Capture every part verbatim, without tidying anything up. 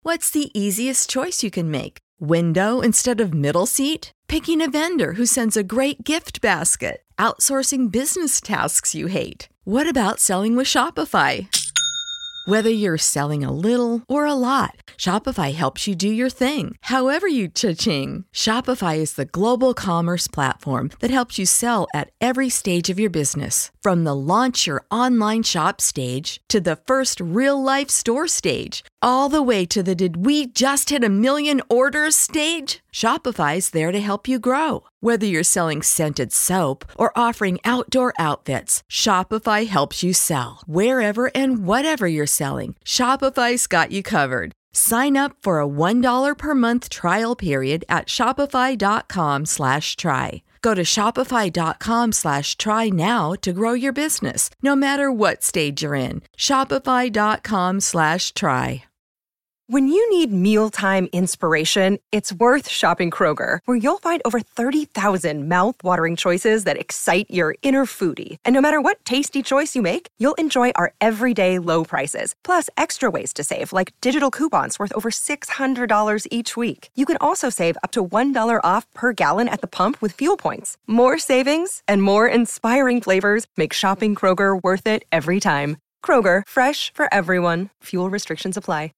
What's the easiest choice you can make? Window instead of middle seat? Picking a vendor who sends a great gift basket? Outsourcing business tasks you hate? What about selling with Shopify? Whether you're selling a little or a lot, Shopify helps you do your thing, however you cha-ching. Shopify is the global commerce platform that helps you sell at every stage of your business. From the launch your online shop stage to the first real-life store stage, all the way to the did we just hit a million orders stage. Shopify's there to help you grow. Whether you're selling scented soap or offering outdoor outfits, Shopify helps you sell. Wherever and whatever you're selling, Shopify's got you covered. Sign up for a one dollar per month trial period at shopify.com slash try. Go to shopify.com slash try now to grow your business, no matter what stage you're in. Shopify.com slash try. When you need mealtime inspiration, it's worth shopping Kroger, where you'll find over thirty thousand mouth-watering choices that excite your inner foodie. And no matter what tasty choice you make, you'll enjoy our everyday low prices, plus extra ways to save, like digital coupons worth over six hundred dollars each week. You can also save up to one dollar off per gallon at the pump with fuel points. More savings and more inspiring flavors make shopping Kroger worth it every time. Kroger, fresh for everyone. Fuel restrictions apply.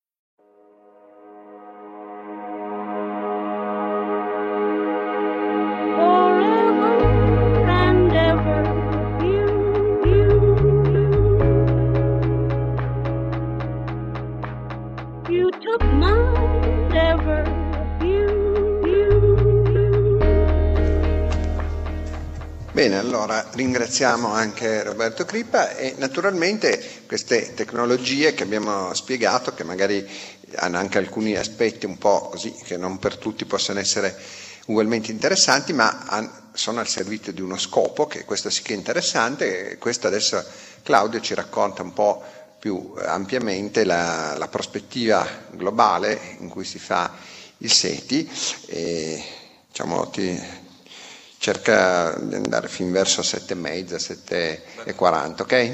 Bene, allora ringraziamo anche Roberto Crippa e naturalmente queste tecnologie che abbiamo spiegato, che magari hanno anche alcuni aspetti un po' così, che non per tutti possono essere ugualmente interessanti, ma sono al servizio di uno scopo, che questo sì che è interessante, e questo adesso Claudio ci racconta un po' più ampiamente la, la prospettiva globale in cui si fa il SETI e diciamo ti cerca di andare fin verso sette e mezza, sette e quaranta, ok?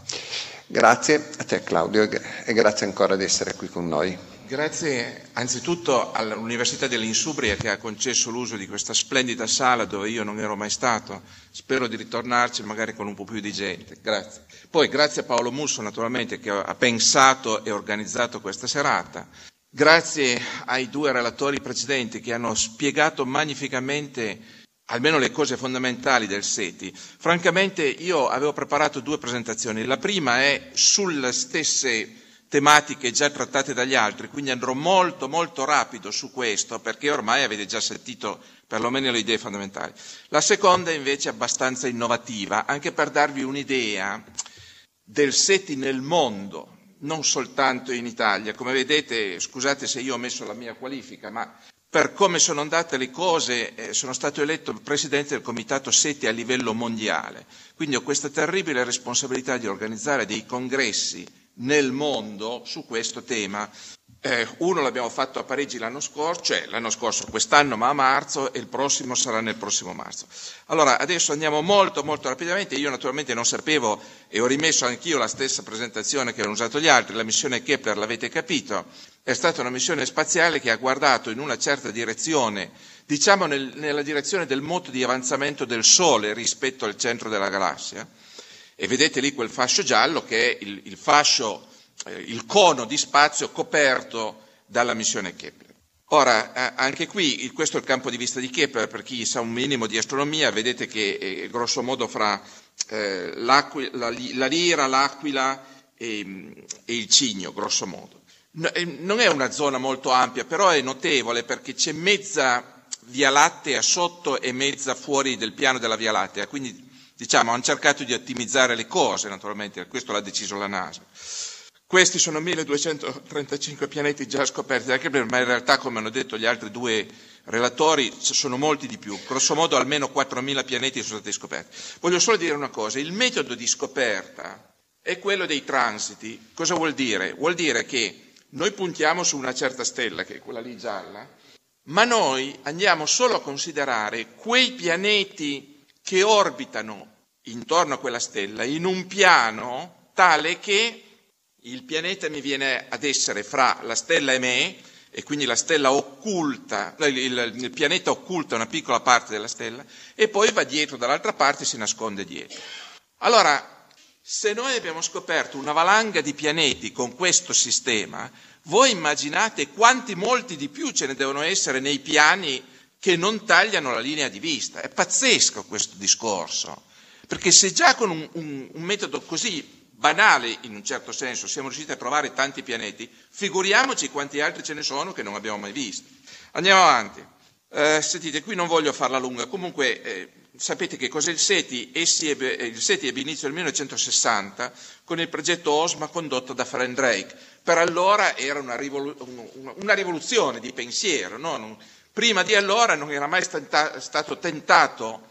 Grazie a te Claudio e grazie ancora di essere qui con noi. Grazie anzitutto all'Università dell'Insubria che ha concesso l'uso di questa splendida sala dove io non ero mai stato. Spero di ritornarci magari con un po' più di gente. Grazie. Poi grazie a Paolo Musso naturalmente che ha pensato e organizzato questa serata. Grazie ai due relatori precedenti che hanno spiegato magnificamente almeno le cose fondamentali del SETI. Francamente io avevo preparato due presentazioni. La prima è sulle stesse tematiche già trattate dagli altri, quindi andrò molto molto rapido su questo perché ormai avete già sentito perlomeno le idee fondamentali. La seconda invece è abbastanza innovativa, anche per darvi un'idea del SETI nel mondo, non soltanto in Italia. Come vedete, scusate se io ho messo la mia qualifica, ma per come sono andate le cose eh, sono stato eletto presidente del comitato SETI a livello mondiale, quindi ho questa terribile responsabilità di organizzare dei congressi nel mondo su questo tema. Eh, uno l'abbiamo fatto a Parigi l'anno scorso, cioè l'anno scorso, quest'anno ma a marzo, e il prossimo sarà nel prossimo marzo. Allora adesso andiamo molto molto rapidamente. Io naturalmente non sapevo e ho rimesso anch'io la stessa presentazione che hanno usato gli altri. La missione Kepler l'avete capito, è stata una missione spaziale che ha guardato in una certa direzione, diciamo nel, nella direzione del moto di avanzamento del Sole rispetto al centro della galassia, e vedete lì quel fascio giallo che è il, il fascio il cono di spazio coperto dalla missione Kepler. Ora, eh, anche qui, il, questo è il campo di vista di Kepler, per chi sa un minimo di astronomia, vedete che eh, grosso modo fra eh, la, la lira, l'aquila e, e il cigno, grosso modo. No, eh, non è una zona molto ampia, però è notevole perché c'è mezza Via Lattea sotto e mezza fuori del piano della Via Lattea, quindi diciamo hanno cercato di ottimizzare le cose, naturalmente, questo l'ha deciso la NASA. Questi sono milleduecentotrentacinque pianeti già scoperti da Kepler, ma in realtà, come hanno detto gli altri due relatori, sono molti di più. Grosso modo almeno quattromila pianeti sono stati scoperti. Voglio solo dire una cosa, il metodo di scoperta è quello dei transiti. Cosa vuol dire? Vuol dire che noi puntiamo su una certa stella, che è quella lì gialla, ma noi andiamo solo a considerare quei pianeti che orbitano intorno a quella stella in un piano tale che il pianeta mi viene ad essere fra la stella e me, e quindi la stella occulta, il, il, il pianeta occulta una piccola parte della stella, e poi va dietro dall'altra parte e si nasconde dietro. Allora, se noi abbiamo scoperto una valanga di pianeti con questo sistema, voi immaginate quanti molti di più ce ne devono essere nei piani che non tagliano la linea di vista. È pazzesco questo discorso, perché se già con un, un, un metodo così banale, in un certo senso, siamo riusciti a trovare tanti pianeti, figuriamoci quanti altri ce ne sono che non abbiamo mai visto. Andiamo avanti. Eh, sentite, qui non voglio farla lunga, comunque eh, sapete che cos'è il SETI? Essi ebbe, il SETI ebbe inizio nel millenovecentosessanta con il progetto OSMA condotto da Frank Drake. Per allora era una, rivolu- una rivoluzione di pensiero, no? non, prima di allora non era mai stata, stato tentato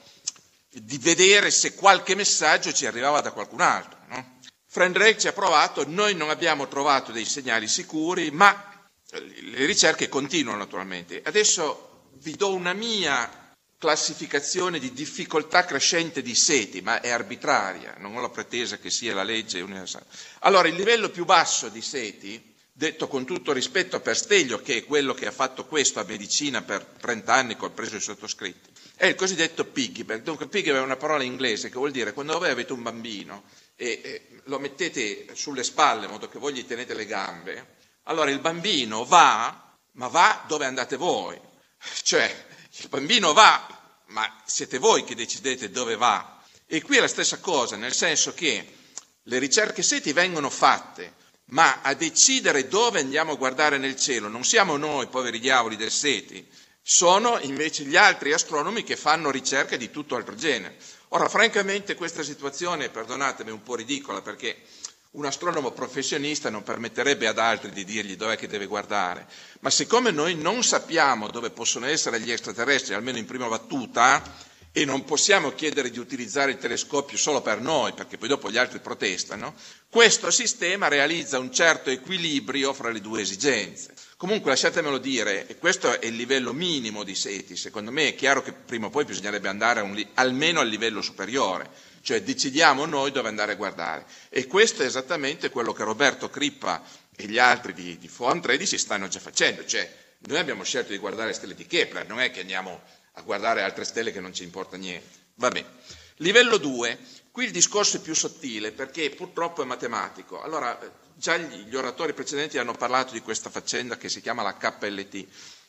di vedere se qualche messaggio ci arrivava da qualcun altro. No? Frank Drake ci ha provato, noi non abbiamo trovato dei segnali sicuri, ma le ricerche continuano naturalmente. Adesso vi do una mia classificazione di difficoltà crescente di SETI, ma è arbitraria, non ho la pretesa che sia la legge universale. Allora, il livello più basso di SETI, detto con tutto rispetto per Steglio, che è quello che ha fatto questo a medicina per trenta anni, che ho preso i sottoscritti, è il cosiddetto piggyback. Dunque, piggyback è una parola inglese che vuol dire quando voi avete un bambino e, e lo mettete sulle spalle in modo che voi gli tenete le gambe, allora il bambino va, ma va dove andate voi. Cioè, il bambino va, ma siete voi che decidete dove va. E qui è la stessa cosa, nel senso che le ricerche SETI vengono fatte, ma a decidere dove andiamo a guardare nel cielo non siamo noi, poveri diavoli del SETI, sono invece gli altri astronomi che fanno ricerche di tutto altro genere. Ora, francamente, questa situazione, perdonatemi, è un po' ridicola, perché un astronomo professionista non permetterebbe ad altri di dirgli dov'è che deve guardare, ma siccome noi non sappiamo dove possono essere gli extraterrestri, almeno in prima battuta, e non possiamo chiedere di utilizzare il telescopio solo per noi, perché poi dopo gli altri protestano, questo sistema realizza un certo equilibrio fra le due esigenze. Comunque lasciatemelo dire, e questo è il livello minimo di SETI, secondo me è chiaro che prima o poi bisognerebbe andare a un li- almeno al livello superiore, cioè decidiamo noi dove andare a guardare. E questo è esattamente quello che Roberto Crippa e gli altri di, di Forum tredici stanno già facendo, cioè noi abbiamo scelto di guardare le stelle di Kepler, non è che andiamo a guardare altre stelle che non ci importa niente. Va bene. Livello due, qui il discorso è più sottile perché purtroppo è matematico. Allora, già gli, gli oratori precedenti hanno parlato di questa faccenda che si chiama la K L T.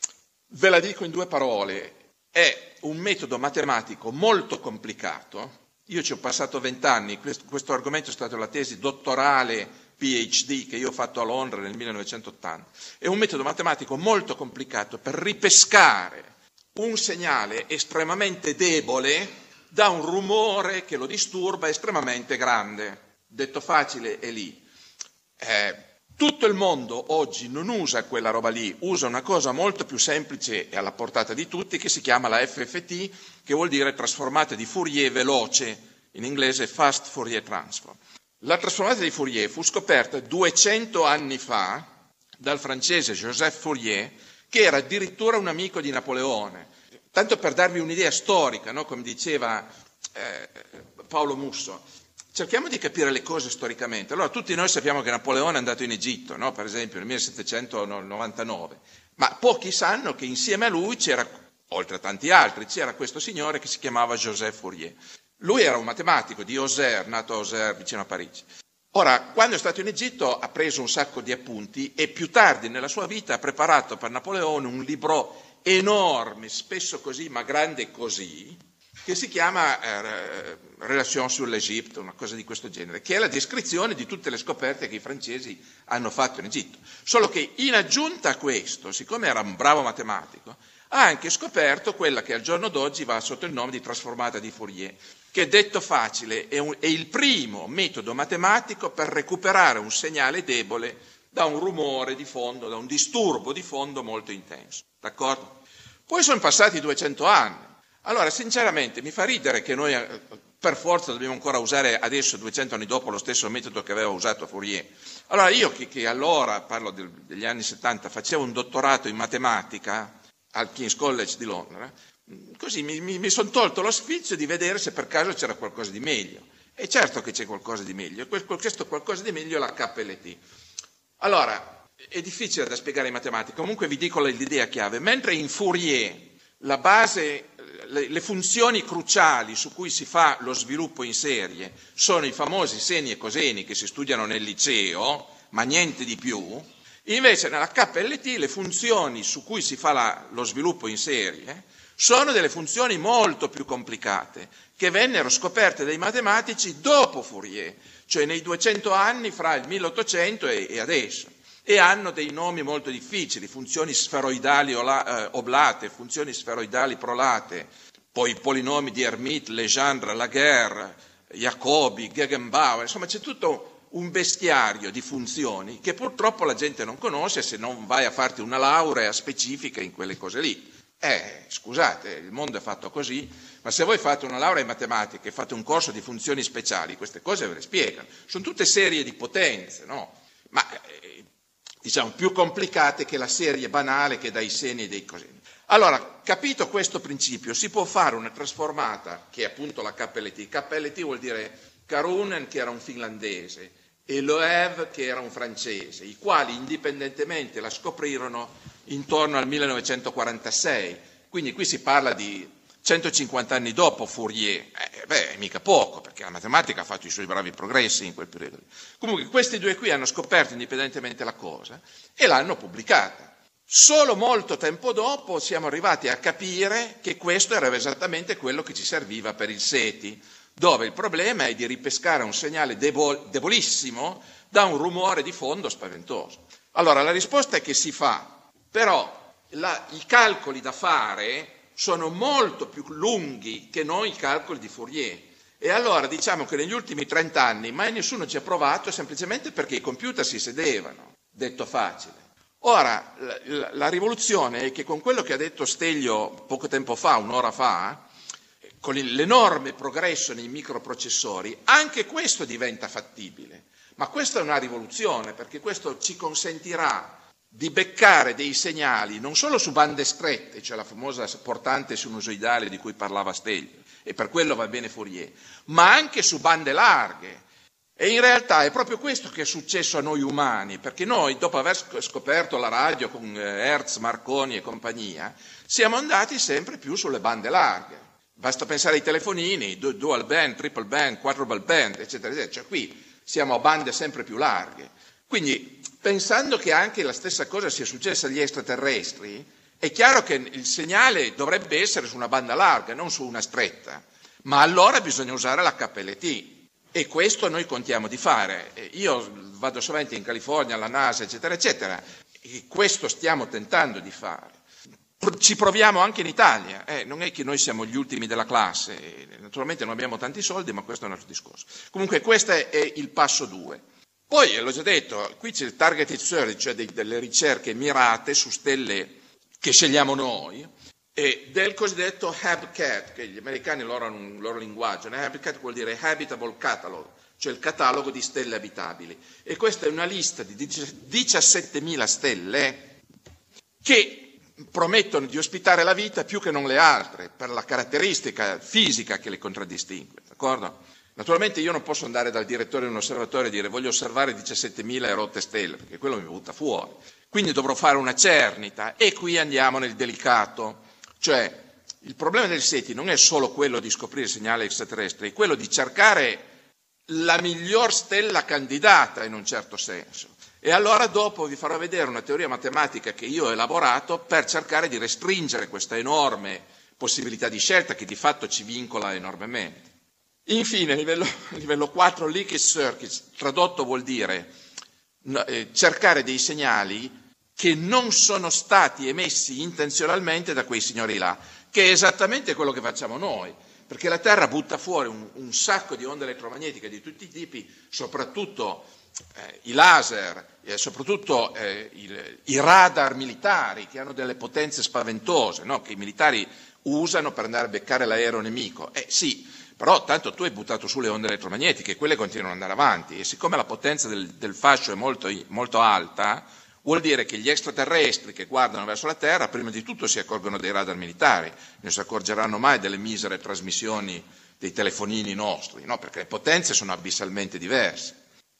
Ve la dico in due parole, è un metodo matematico molto complicato. Io ci ho passato vent'anni, questo, questo argomento è stato la tesi dottorale PhD che io ho fatto a Londra nel millenovecentottanta. È un metodo matematico molto complicato per ripescare un segnale estremamente debole da un rumore che lo disturba estremamente grande. Detto facile è lì. Eh, tutto il mondo oggi non usa quella roba lì, usa una cosa molto più semplice e alla portata di tutti che si chiama la F F T, che vuol dire trasformata di Fourier veloce, in inglese Fast Fourier Transform. La trasformata di Fourier fu scoperta duecento anni fa dal francese Joseph Fourier, che era addirittura un amico di Napoleone. Tanto per darvi un'idea storica, no? Come diceva eh, Paolo Musso, cerchiamo di capire le cose storicamente. Allora, tutti noi sappiamo che Napoleone è andato in Egitto, no? Per esempio, nel millesettecentonovantanove, ma pochi sanno che insieme a lui c'era, oltre a tanti altri, c'era questo signore che si chiamava Joseph Fourier. Lui era un matematico di Auxerre, nato a Auxerre, vicino a Parigi. Ora, quando è stato in Egitto ha preso un sacco di appunti e più tardi nella sua vita ha preparato per Napoleone un libro enorme, spesso così, ma grande così, che si chiama eh, Relations sur l'Égypte, una cosa di questo genere, che è la descrizione di tutte le scoperte che i francesi hanno fatto in Egitto. Solo che in aggiunta a questo, siccome era un bravo matematico, ha anche scoperto quella che al giorno d'oggi va sotto il nome di trasformata di Fourier, che detto facile è, un, è il primo metodo matematico per recuperare un segnale debole da un rumore di fondo, da un disturbo di fondo molto intenso. D'accordo? Poi sono passati duecento anni. Allora, sinceramente, mi fa ridere che noi per forza dobbiamo ancora usare adesso, duecento anni dopo, lo stesso metodo che aveva usato Fourier. Allora, io che, che allora, parlo del, degli anni settanta, facevo un dottorato in matematica al King's College di Londra, così mi, mi, mi sono tolto lo sfizio di vedere se per caso c'era qualcosa di meglio. E certo che c'è qualcosa di meglio, questo qualcosa di meglio è la K L T. Allora, è difficile da spiegare in matematica, comunque vi dico l'idea chiave. Mentre in Fourier la base, le, le funzioni cruciali su cui si fa lo sviluppo in serie sono i famosi seni e coseni che si studiano nel liceo, ma niente di più, invece nella K L T le funzioni su cui si fa la, lo sviluppo in serie sono delle funzioni molto più complicate, che vennero scoperte dai matematici dopo Fourier, cioè nei duecento anni fra il milleottocento e, e adesso, e hanno dei nomi molto difficili, funzioni sferoidali ola, eh, oblate, funzioni sferoidali prolate, poi i polinomi di Hermite, Legendre, Laguerre, Jacobi, Gegenbauer, insomma c'è tutto un bestiario di funzioni che purtroppo la gente non conosce se non vai a farti una laurea specifica in quelle cose lì. Eh, scusate, il mondo è fatto così, ma se voi fate una laurea in matematica e fate un corso di funzioni speciali, queste cose ve le spiegano. Sono tutte serie di potenze, no? Ma eh, diciamo più complicate che la serie banale che dà i seni e dei coseni. Allora, capito questo principio, si può fare una trasformata, che è appunto la K L T. K L T vuol dire Karunen, che era un finlandese, e Loewe, che era un francese, i quali indipendentemente la scoprirono intorno al millenovecentoquarantasei, quindi qui si parla di centocinquanta anni dopo Fourier, eh, beh, mica poco, perché la matematica ha fatto i suoi bravi progressi in quel periodo. Comunque questi due qui hanno scoperto indipendentemente la cosa e l'hanno pubblicata. Solo molto tempo dopo siamo arrivati a capire che questo era esattamente quello che ci serviva per il SETI, dove il problema è di ripescare un segnale debol- debolissimo da un rumore di fondo spaventoso. Allora la risposta è che si fa, però la, i calcoli da fare sono molto più lunghi che non i calcoli di Fourier. E allora diciamo che negli ultimi trent'anni mai nessuno ci ha provato semplicemente perché i computer si sedevano, detto facile. Ora, la, la, la rivoluzione è che con quello che ha detto Steglio poco tempo fa, un'ora fa, con il, l'enorme progresso nei microprocessori, anche questo diventa fattibile. Ma questa è una rivoluzione, perché questo ci consentirà di beccare dei segnali non solo su bande strette, cioè la famosa portante sinusoidale di cui parlava Steglio, e per quello va bene Fourier, ma anche su bande larghe. E in realtà è proprio questo che è successo a noi umani, perché noi, dopo aver scoperto la radio con Hertz, Marconi e compagnia, siamo andati sempre più sulle bande larghe. Basta pensare ai telefonini, dual band, triple band, quadruple band, eccetera, eccetera. Cioè qui siamo a bande sempre più larghe. Quindi, pensando che anche la stessa cosa sia successa agli extraterrestri, è chiaro che il segnale dovrebbe essere su una banda larga, non su una stretta, ma allora bisogna usare la K L T e questo noi contiamo di fare. Io vado sovente in California, alla NASA, eccetera, eccetera, e questo stiamo tentando di fare. Ci proviamo anche in Italia, eh, non è che noi siamo gli ultimi della classe, naturalmente non abbiamo tanti soldi, ma questo è un altro discorso. Comunque questo è il passo due. Poi, l'ho già detto, qui c'è il targeted search, cioè dei, delle ricerche mirate su stelle che scegliamo noi, e del cosiddetto HabCat, che gli americani loro hanno un loro linguaggio. HabCat vuol dire Habitable Catalog, cioè il catalogo di stelle abitabili. E questa è una lista di diciassettemila stelle che promettono di ospitare la vita più che non le altre, per la caratteristica fisica che le contraddistingue, d'accordo? Naturalmente io non posso andare dal direttore di un osservatorio e dire voglio osservare diciassettemila erotte stelle, perché quello mi butta fuori. Quindi dovrò fare una cernita e qui andiamo nel delicato. Cioè il problema del SETI non è solo quello di scoprire segnali extraterrestri, è quello di cercare la miglior stella candidata in un certo senso. E allora dopo vi farò vedere una teoria matematica che io ho elaborato per cercare di restringere questa enorme possibilità di scelta che di fatto ci vincola enormemente. Infine, livello, livello quattro, leakage circuits, tradotto vuol dire eh, cercare dei segnali che non sono stati emessi intenzionalmente da quei signori là, che è esattamente quello che facciamo noi, perché la Terra butta fuori un, un sacco di onde elettromagnetiche di tutti i tipi, soprattutto eh, i laser, e soprattutto eh, il, i radar militari, che hanno delle potenze spaventose, no? Che i militari usano per andare a beccare l'aereo nemico. Eh sì, però tanto tu hai buttato su le onde elettromagnetiche, quelle continuano ad andare avanti, e siccome la potenza del, del fascio è molto, molto alta, vuol dire che gli extraterrestri che guardano verso la Terra prima di tutto si accorgono dei radar militari, non si accorgeranno mai delle misere trasmissioni dei telefonini nostri, no? Perché le potenze sono abissalmente diverse.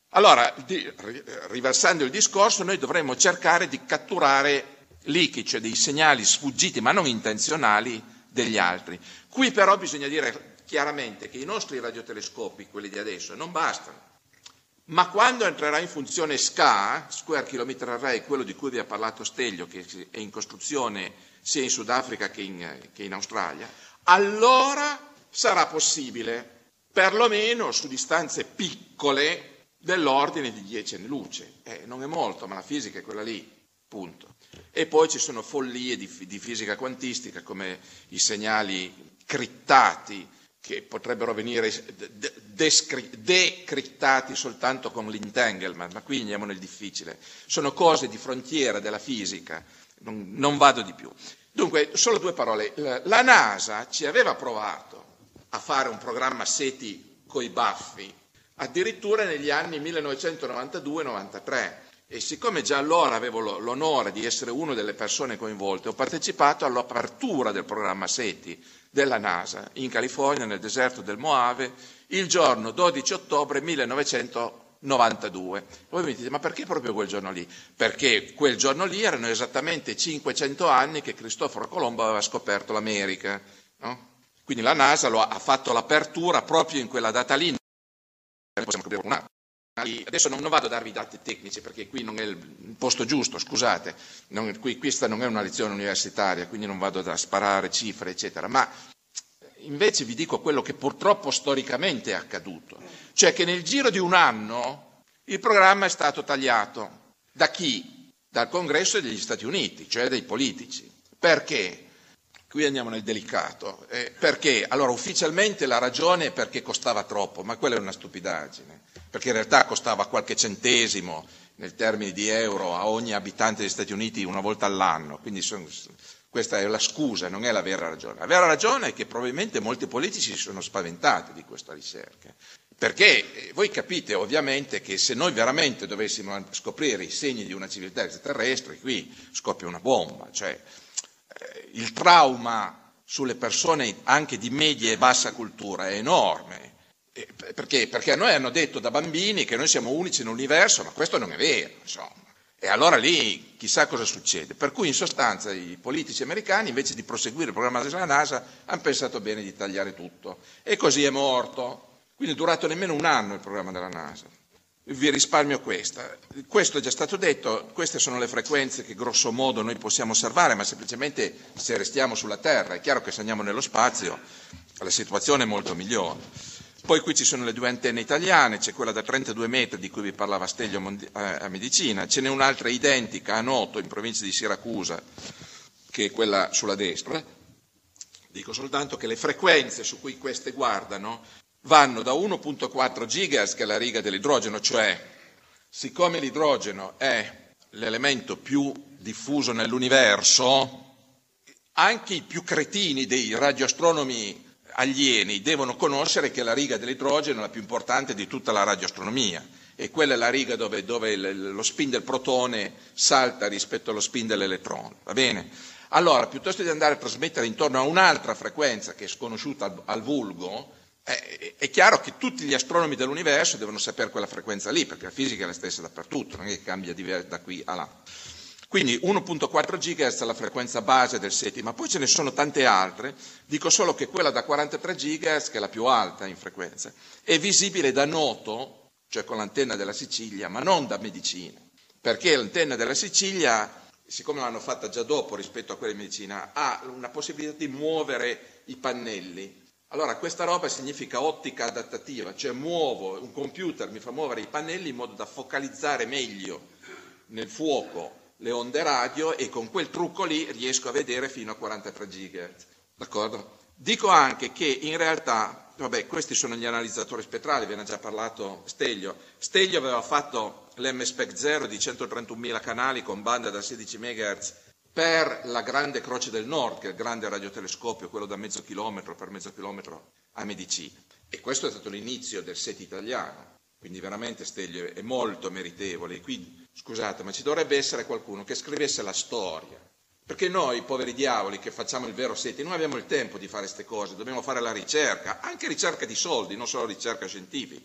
Allora, di, riversando il discorso, noi dovremmo cercare di catturare leaky, cioè dei segnali sfuggiti ma non intenzionali degli altri. Qui però bisogna dire chiaramente che i nostri radiotelescopi, quelli di adesso, non bastano. Ma quando entrerà in funzione S C A, Square Kilometer Array, quello di cui vi ha parlato Stelio, che è in costruzione sia in Sudafrica che in, che in Australia, allora sarà possibile, perlomeno su distanze piccole, dell'ordine di dieci anni luce. Eh, non è molto, ma la fisica è quella lì, punto. E poi ci sono follie di, di fisica quantistica, come i segnali crittati, che potrebbero venire decrittati soltanto con l'entanglement, ma qui andiamo nel difficile. Sono cose di frontiera della fisica, non, non vado di più. Dunque, solo due parole. La NASA ci aveva provato a fare un programma SETI coi baffi, addirittura negli anni millenovecentonovantadue novantatré. E siccome già allora avevo l'onore di essere una delle persone coinvolte, ho partecipato all'apertura del programma SETI della NASA in California, nel deserto del Mojave, il giorno dodici ottobre millenovecentonovantadue. Voi mi dite, ma perché proprio quel giorno lì? Perché quel giorno lì erano esattamente cinquecento anni che Cristoforo Colombo aveva scoperto l'America, no? Quindi la NASA lo ha, ha fatto l'apertura proprio in quella data lì. Possiamo capire un attimo. Adesso non vado a darvi i dati tecnici perché qui non è il posto giusto, scusate, non, qui, questa non è una lezione universitaria, quindi non vado a sparare cifre, eccetera, ma invece vi dico quello che purtroppo storicamente è accaduto, cioè che nel giro di un anno il programma è stato tagliato. Da chi? Dal Congresso degli Stati Uniti, cioè dai politici. Perché? Qui andiamo nel delicato. Eh, perché? Allora, ufficialmente la ragione è perché costava troppo, ma quella è una stupidaggine, perché in realtà costava qualche centesimo nel termini di euro a ogni abitante degli Stati Uniti una volta all'anno, quindi sono, questa è la scusa, non è la vera ragione. La vera ragione è che probabilmente molti politici si sono spaventati di questa ricerca, perché voi capite ovviamente che se noi veramente dovessimo scoprire i segni di una civiltà extraterrestre, qui scoppia una bomba, cioè il trauma sulle persone anche di media e bassa cultura è enorme. Perché? Perché a noi hanno detto da bambini che noi siamo unici nell'universo, ma questo non è vero, insomma. E allora lì chissà cosa succede. Per cui in sostanza i politici americani, invece di proseguire il programma della NASA, hanno pensato bene di tagliare tutto. E così è morto. Quindi è durato nemmeno un anno il programma della NASA. Vi risparmio questa. Questo è già stato detto, queste sono le frequenze che grosso modo noi possiamo osservare, ma semplicemente se restiamo sulla Terra. È chiaro che se andiamo nello spazio la situazione è molto migliore. Poi qui ci sono le due antenne italiane, c'è quella da trentadue metri di cui vi parlava Stelio a Medicina, ce n'è un'altra identica a Noto in provincia di Siracusa, che è quella sulla destra. Dico soltanto che le frequenze su cui queste guardano vanno da uno virgola quattro gigahertz, che è la riga dell'idrogeno, cioè siccome l'idrogeno è l'elemento più diffuso nell'universo, anche i più cretini dei radioastronomi alieni devono conoscere che la riga dell'idrogeno è la più importante di tutta la radioastronomia e quella è la riga dove, dove lo spin del protone salta rispetto allo spin dell'elettrone, va bene? Allora, piuttosto di andare a trasmettere intorno a un'altra frequenza che è sconosciuta al, al vulgo, eh, è chiaro che tutti gli astronomi dell'universo devono sapere quella frequenza lì, perché la fisica è la stessa dappertutto, non è che cambia da qui a là. Quindi uno virgola quattro gigahertz è la frequenza base del SETI, ma poi ce ne sono tante altre, dico solo che quella da quarantatré gigahertz, che è la più alta in frequenza, è visibile da Noto, cioè con l'antenna della Sicilia, ma non da Medicina, perché l'antenna della Sicilia, siccome l'hanno fatta già dopo rispetto a quella di Medicina, ha una possibilità di muovere i pannelli. Allora questa roba significa ottica adattativa, cioè muovo, un computer mi fa muovere i pannelli in modo da focalizzare meglio nel fuoco le onde radio e con quel trucco lì riesco a vedere fino a quarantatré gigahertz, d'accordo? Dico anche che in realtà, vabbè, questi sono gli analizzatori spettrali, ve ne ha già parlato Stelio. Stelio aveva fatto l'M SPEC zero di centotrentunomila canali con banda da sedici megahertz per la Grande Croce del Nord, che è il grande radiotelescopio, quello da mezzo chilometro per mezzo chilometro a Medicina. E questo è stato l'inizio del SETI italiano, quindi veramente Stelio è molto meritevole. Qui, scusate, ma ci dovrebbe essere qualcuno che scrivesse la storia, perché noi, poveri diavoli che facciamo il vero SETI, non abbiamo il tempo di fare queste cose, dobbiamo fare la ricerca, anche ricerca di soldi, non solo ricerca scientifica.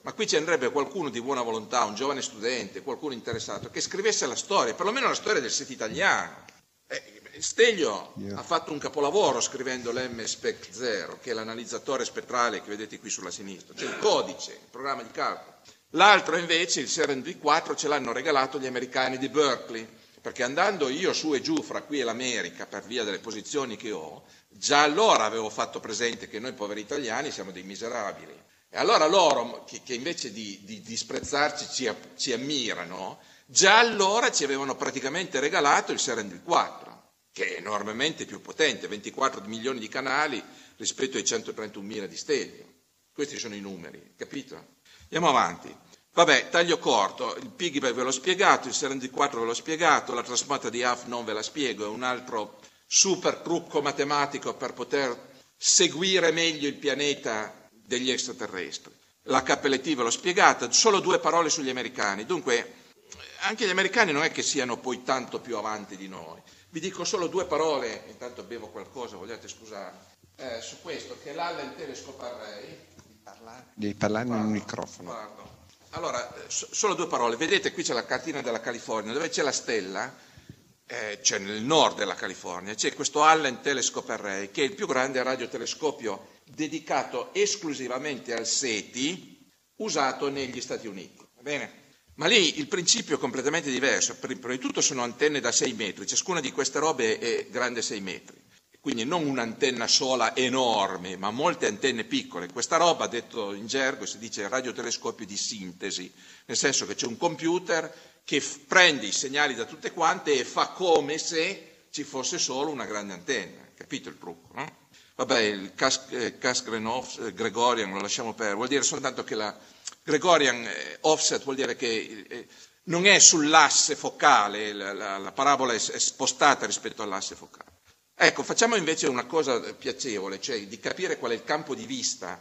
Ma qui ci andrebbe qualcuno di buona volontà, un giovane studente, qualcuno interessato, che scrivesse la storia, perlomeno la storia del SETI italiano. Eh, Steglio yeah. ha fatto un capolavoro scrivendo l'M Spec zero, che è l'analizzatore spettrale che vedete qui sulla sinistra, cioè il codice, il programma di calcolo. L'altro invece, il Seren V quattro, ce l'hanno regalato gli americani di Berkeley, perché andando io su e giù fra qui e l'America per via delle posizioni che ho, già allora avevo fatto presente che noi poveri italiani siamo dei miserabili. E allora loro, che, che invece di, di disprezzarci ci, ci ammirano, già allora ci avevano praticamente regalato il Seren V quattro, che è enormemente più potente, ventiquattro milioni di canali rispetto ai centotrentunomila di Steglio. Questi sono i numeri, capito? Andiamo avanti. Vabbè, taglio corto, il piggyback ve l'ho spiegato, il Seren V quattro ve l'ho spiegato, la trasmata di Huff non ve la spiego, è un altro super trucco matematico per poter seguire meglio il pianeta degli extraterrestri. La K L T ve l'ho spiegata, solo due parole sugli americani. Dunque, anche gli americani non è che siano poi tanto più avanti di noi. Vi dico solo due parole, intanto bevo qualcosa, vogliate scusare, eh, su questo, che l'Allen Telescope Array. Devi parlare, Devi parlare nel microfono. Guardo. Allora, so, solo due parole. Vedete, qui c'è la cartina della California, dove c'è la stella, eh, c'è nel nord della California, c'è questo Allen Telescope Array, che è il più grande radiotelescopio dedicato esclusivamente al SETI, usato negli Stati Uniti. Va bene? Ma lì il principio è completamente diverso. Prima di tutto sono antenne da sei metri, ciascuna di queste robe è grande sei metri. Quindi non un'antenna sola enorme, ma molte antenne piccole. Questa roba, detto in gergo, si dice radiotelescopio di sintesi, nel senso che c'è un computer che f- prende i segnali da tutte quante e fa come se ci fosse solo una grande antenna. Capito il trucco, no? Vabbè, il Cassegrain eh, Gregorian lo lasciamo perdere, vuol dire soltanto che la Gregorian eh, offset vuol dire che eh, non è sull'asse focale, la, la, la parabola è, è spostata rispetto all'asse focale. Ecco, facciamo invece una cosa piacevole, cioè di capire qual è il campo di vista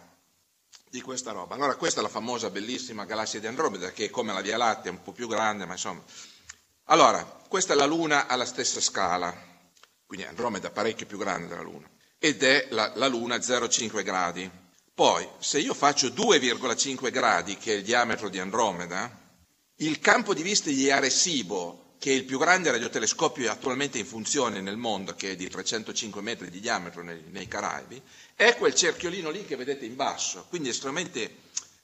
di questa roba. Allora, questa è la famosa bellissima galassia di Andromeda, che è come la Via Lattea, un po' più grande, ma insomma. Allora, questa è la Luna alla stessa scala, quindi Andromeda è parecchio più grande della Luna, ed è la, la Luna a zero virgola cinque gradi. Poi, se io faccio due virgola cinque gradi, che è il diametro di Andromeda, il campo di vista di Arecibo, che è il più grande radiotelescopio attualmente in funzione nel mondo, che è di trecentocinque metri di diametro nei, nei Caraibi, è quel cerchiolino lì che vedete in basso, quindi estremamente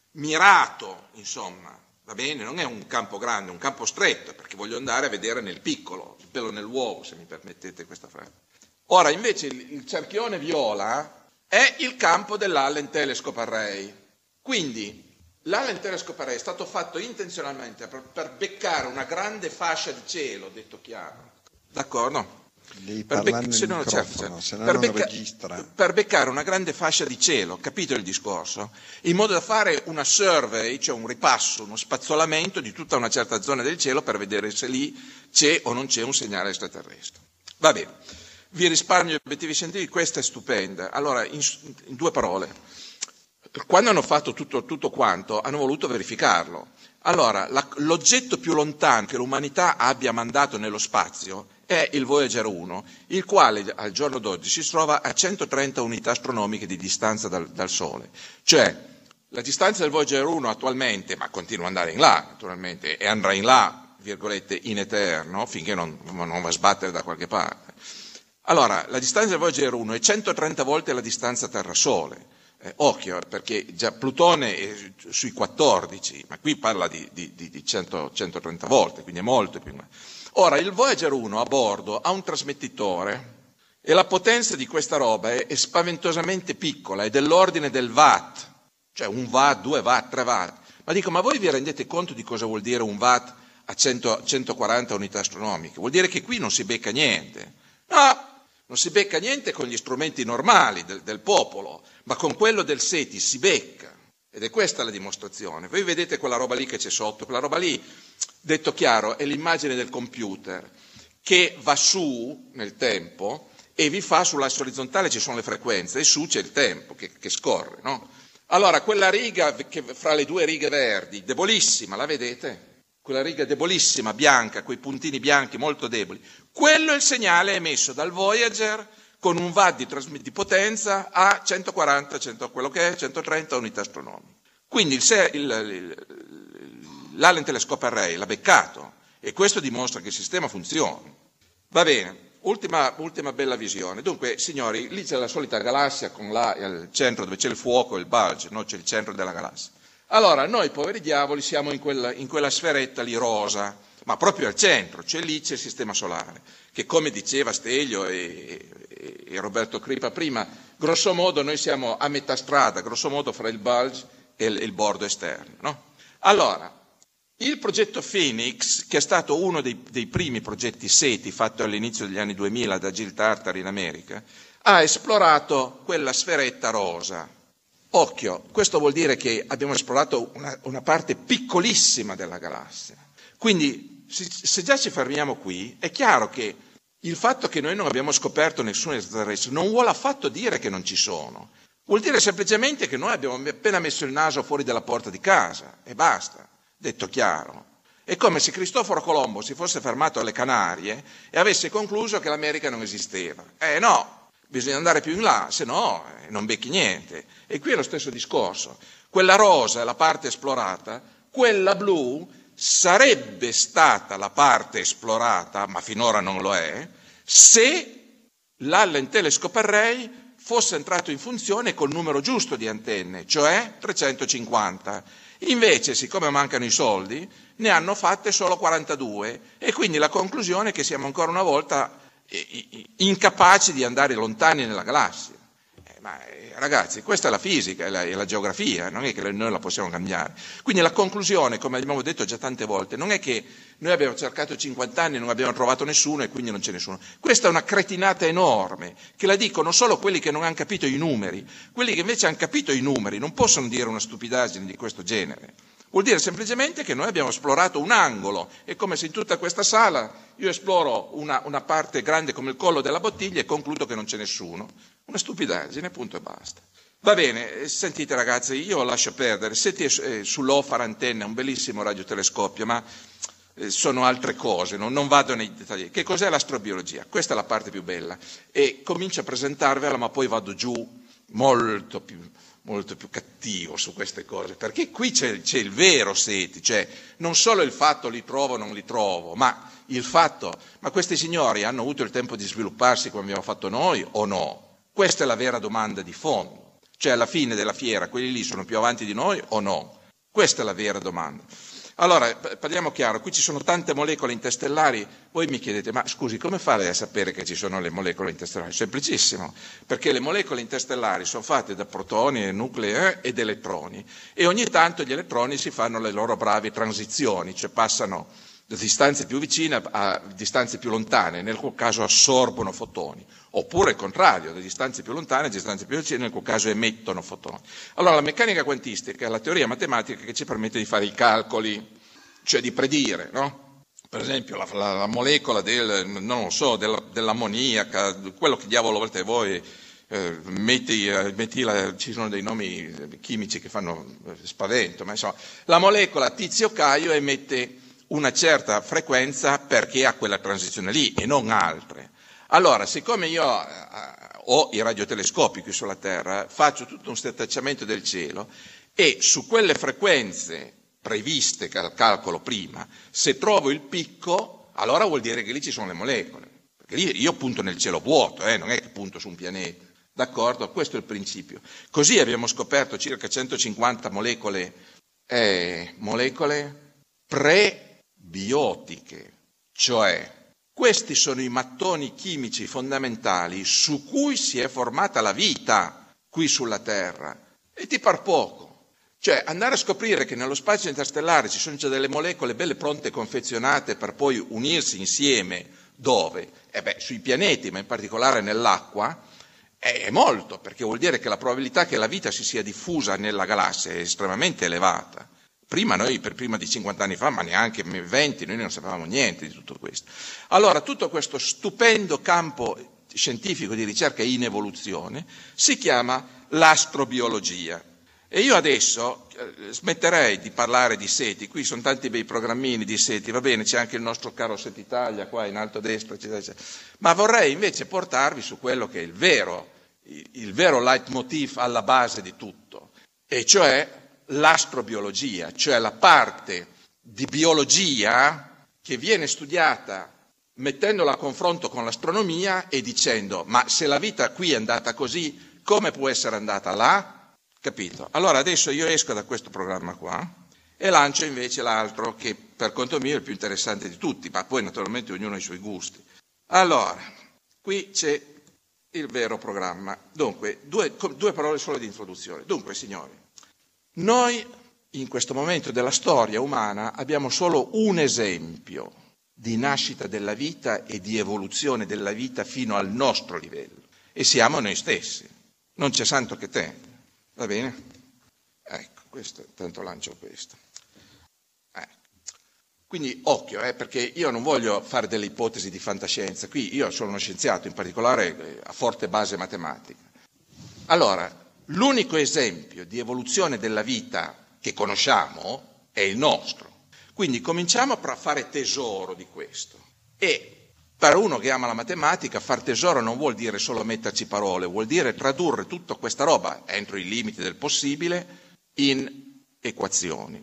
mirato, insomma, va bene? Non è un campo grande, è un campo stretto, perché voglio andare a vedere nel piccolo, il pelo nell'uovo, se mi permettete questa frase. Ora, invece, il, il cerchione viola è il campo dell'Allen Telescope Array, quindi l'Allen Telescope Array è stato fatto intenzionalmente per, per beccare una grande fascia di cielo, detto chiaro, d'accordo? Devi per parlare bec- nel se no, microfono, certo, certo. se no per non becca- registra. Per beccare una grande fascia di cielo, capito il discorso? In modo da fare una survey, cioè un ripasso, uno spazzolamento di tutta una certa zona del cielo per vedere se lì c'è o non c'è un segnale extraterrestre. Va bene, vi risparmio gli obiettivi scientifici, questa è stupenda. Allora, in, in due parole. Quando hanno fatto tutto, tutto quanto, hanno voluto verificarlo. Allora, la, l'oggetto più lontano che l'umanità abbia mandato nello spazio è il Voyager uno, il quale al giorno d'oggi si trova a centotrenta unità astronomiche di distanza dal, dal Sole. Cioè, la distanza del Voyager uno attualmente, ma continua ad andare in là, naturalmente, e andrà in là, virgolette, in eterno, finché non, non va a sbattere da qualche parte. Allora, la distanza del Voyager uno è centotrenta volte la distanza Terra-Sole. Eh, occhio, perché già Plutone è sui quattordici, ma qui parla di, di, di cento, centotrenta volte, quindi è molto più. Ora, il Voyager uno a bordo ha un trasmettitore e la potenza di questa roba è, è spaventosamente piccola, è dell'ordine del watt, cioè un watt, due watt, tre watt. Ma dico, ma voi vi rendete conto di cosa vuol dire un watt a cento, centoquaranta unità astronomiche? Vuol dire che qui non si becca niente. No! Non si becca niente con gli strumenti normali del, del popolo, ma con quello del SETI si becca. Ed è questa la dimostrazione. Voi vedete quella roba lì che c'è sotto? Quella roba lì, detto chiaro, è l'immagine del computer che va su nel tempo e vi fa sull'asse orizzontale ci sono le frequenze e su c'è il tempo che, che scorre, no? Allora, quella riga che, fra le due righe verdi, debolissima, la vedete? Quella riga debolissima, bianca, quei puntini bianchi molto deboli, quello è il segnale emesso dal Voyager con un watt di, trasm- di potenza a centoquaranta, cento, quello che è, centotrenta unità astronomiche. Quindi il, il, il, l'Allen Telescope Array l'ha beccato e questo dimostra che il sistema funziona. Va bene. Ultima, ultima bella visione. Dunque, signori, lì c'è la solita galassia con là il centro dove c'è il fuoco e il bulge, no? C'è il centro della galassia. Allora, noi poveri diavoli siamo in quella, in quella sferetta lì rosa, ma proprio al centro, cioè lì c'è il sistema solare, che come diceva Stelio e, e, e Roberto Crippa prima, grosso modo noi siamo a metà strada, grosso modo fra il bulge e il, il bordo esterno, no? Allora, il progetto Phoenix, che è stato uno dei, dei primi progetti SETI fatto all'inizio degli anni duemila da Jill Tartar in America, ha esplorato quella sferetta rosa. Occhio, questo vuol dire che abbiamo esplorato una, una parte piccolissima della galassia. Quindi, se, se già ci fermiamo qui, è chiaro che il fatto che noi non abbiamo scoperto nessun extraterrestre non vuole affatto dire che non ci sono. Vuol dire semplicemente che noi abbiamo appena messo il naso fuori dalla porta di casa e basta. Detto chiaro, è come se Cristoforo Colombo si fosse fermato alle Canarie e avesse concluso che l'America non esisteva. Eh no, bisogna andare più in là, se no eh, non becchi niente. E qui è lo stesso discorso. Quella rosa è la parte esplorata, quella blu sarebbe stata la parte esplorata, ma finora non lo è, se l'Allen Telescope Array fosse entrato in funzione col numero giusto di antenne, cioè trecentocinquanta. Invece, siccome mancano i soldi, ne hanno fatte solo quarantadue e quindi la conclusione è che siamo ancora una volta incapaci di andare lontani nella galassia. Eh, ma eh, ragazzi, questa è la fisica, è la, è la geografia, non è che noi la possiamo cambiare. Quindi la conclusione, come abbiamo detto già tante volte, non è che noi abbiamo cercato cinquanta anni e non abbiamo trovato nessuno e quindi non c'è nessuno. Questa è una cretinata enorme, che la dicono solo quelli che non hanno capito i numeri. Quelli che invece hanno capito i numeri non possono dire una stupidaggine di questo genere. Vuol dire semplicemente che noi abbiamo esplorato un angolo. È come se in tutta questa sala io esploro una, una parte grande come il collo della bottiglia e concludo che non c'è nessuno. Una stupidaggine, punto e basta. Va bene, sentite ragazzi, io lascio perdere. Siete eh, sull'O F A R Antenna, un bellissimo radiotelescopio, ma eh, sono altre cose, no? Non vado nei dettagli. Che cos'è l'astrobiologia? Questa è la parte più bella. E comincio a presentarvela, ma poi vado giù molto più... molto più cattivo su queste cose, perché qui c'è, c'è il vero SETI, cioè non solo il fatto li trovo o non li trovo, ma il fatto, ma questi signori hanno avuto il tempo di svilupparsi come abbiamo fatto noi o no? Questa è la vera domanda di fondo, cioè alla fine della fiera quelli lì sono più avanti di noi o no? Questa è la vera domanda. Allora, parliamo chiaro, qui ci sono tante molecole interstellari, voi mi chiedete, ma scusi, come fate a sapere che ci sono le molecole interstellari? Semplicissimo, perché le molecole interstellari sono fatte da protoni, nuclei ed elettroni e ogni tanto gli elettroni si fanno le loro bravi transizioni, cioè passano da distanze più vicine a distanze più lontane, nel qual caso assorbono fotoni, oppure il contrario, da distanze più lontane a distanze più vicine, nel qual caso emettono fotoni. Allora la meccanica quantistica è la teoria matematica che ci permette di fare i calcoli, cioè di predire, no? Per esempio la, la, la molecola del, non lo so, della, dell'ammoniaca, quello che diavolo volete voi, eh, metti, eh, metti la, ci sono dei nomi chimici che fanno spavento, ma insomma, la molecola Tizio Caio emette una certa frequenza perché ha quella transizione lì e non altre. Allora, siccome io eh, ho i radiotelescopi qui sulla Terra, faccio tutto un setacciamento del cielo e su quelle frequenze previste che calcolo prima, se trovo il picco, allora vuol dire che lì ci sono le molecole. Perché lì io punto nel cielo vuoto, eh, non è che punto su un pianeta. D'accordo? Questo è il principio. Così abbiamo scoperto circa centocinquanta molecole, eh, molecole prebiotiche, cioè questi sono i mattoni chimici fondamentali su cui si è formata la vita qui sulla Terra. E ti par poco. Cioè andare a scoprire che nello spazio interstellare ci sono già delle molecole belle pronte confezionate per poi unirsi insieme, dove? Eh beh, sui pianeti, ma in particolare nell'acqua, è molto, perché vuol dire che la probabilità che la vita si sia diffusa nella galassia è estremamente elevata. Prima noi, per prima di cinquanta anni fa, ma neanche venti, noi non sapevamo niente di tutto questo. Allora, tutto questo stupendo campo scientifico di ricerca in evoluzione si chiama l'astrobiologia. E io adesso eh, smetterei di parlare di SETI, qui sono tanti bei programmini di SETI, va bene, c'è anche il nostro caro SETI Italia qua in alto a destra, eccetera, eccetera. Ma vorrei invece portarvi su quello che è il vero, il, il vero leitmotiv alla base di tutto, e cioè l'astrobiologia, cioè la parte di biologia che viene studiata mettendola a confronto con l'astronomia e dicendo ma se la vita qui è andata così, come può essere andata là? Capito? Allora adesso io esco da questo programma qua e lancio invece l'altro che per conto mio è il più interessante di tutti, ma poi naturalmente ognuno ha i suoi gusti. Allora, qui c'è il vero programma. Dunque, due, due parole solo di introduzione. Dunque, signori, noi in questo momento della storia umana abbiamo solo un esempio di nascita della vita e di evoluzione della vita fino al nostro livello, e siamo noi stessi, non c'è santo che te, va bene? Ecco, questo, tanto lancio questo. Ecco. Quindi occhio, eh, perché io non voglio fare delle ipotesi di fantascienza, qui io sono uno scienziato, in particolare a forte base matematica. Allora, l'unico esempio di evoluzione della vita che conosciamo è il nostro. Quindi cominciamo a fare tesoro di questo. E per uno che ama la matematica, far tesoro non vuol dire solo metterci parole, vuol dire tradurre tutta questa roba, entro i limiti del possibile, in equazioni.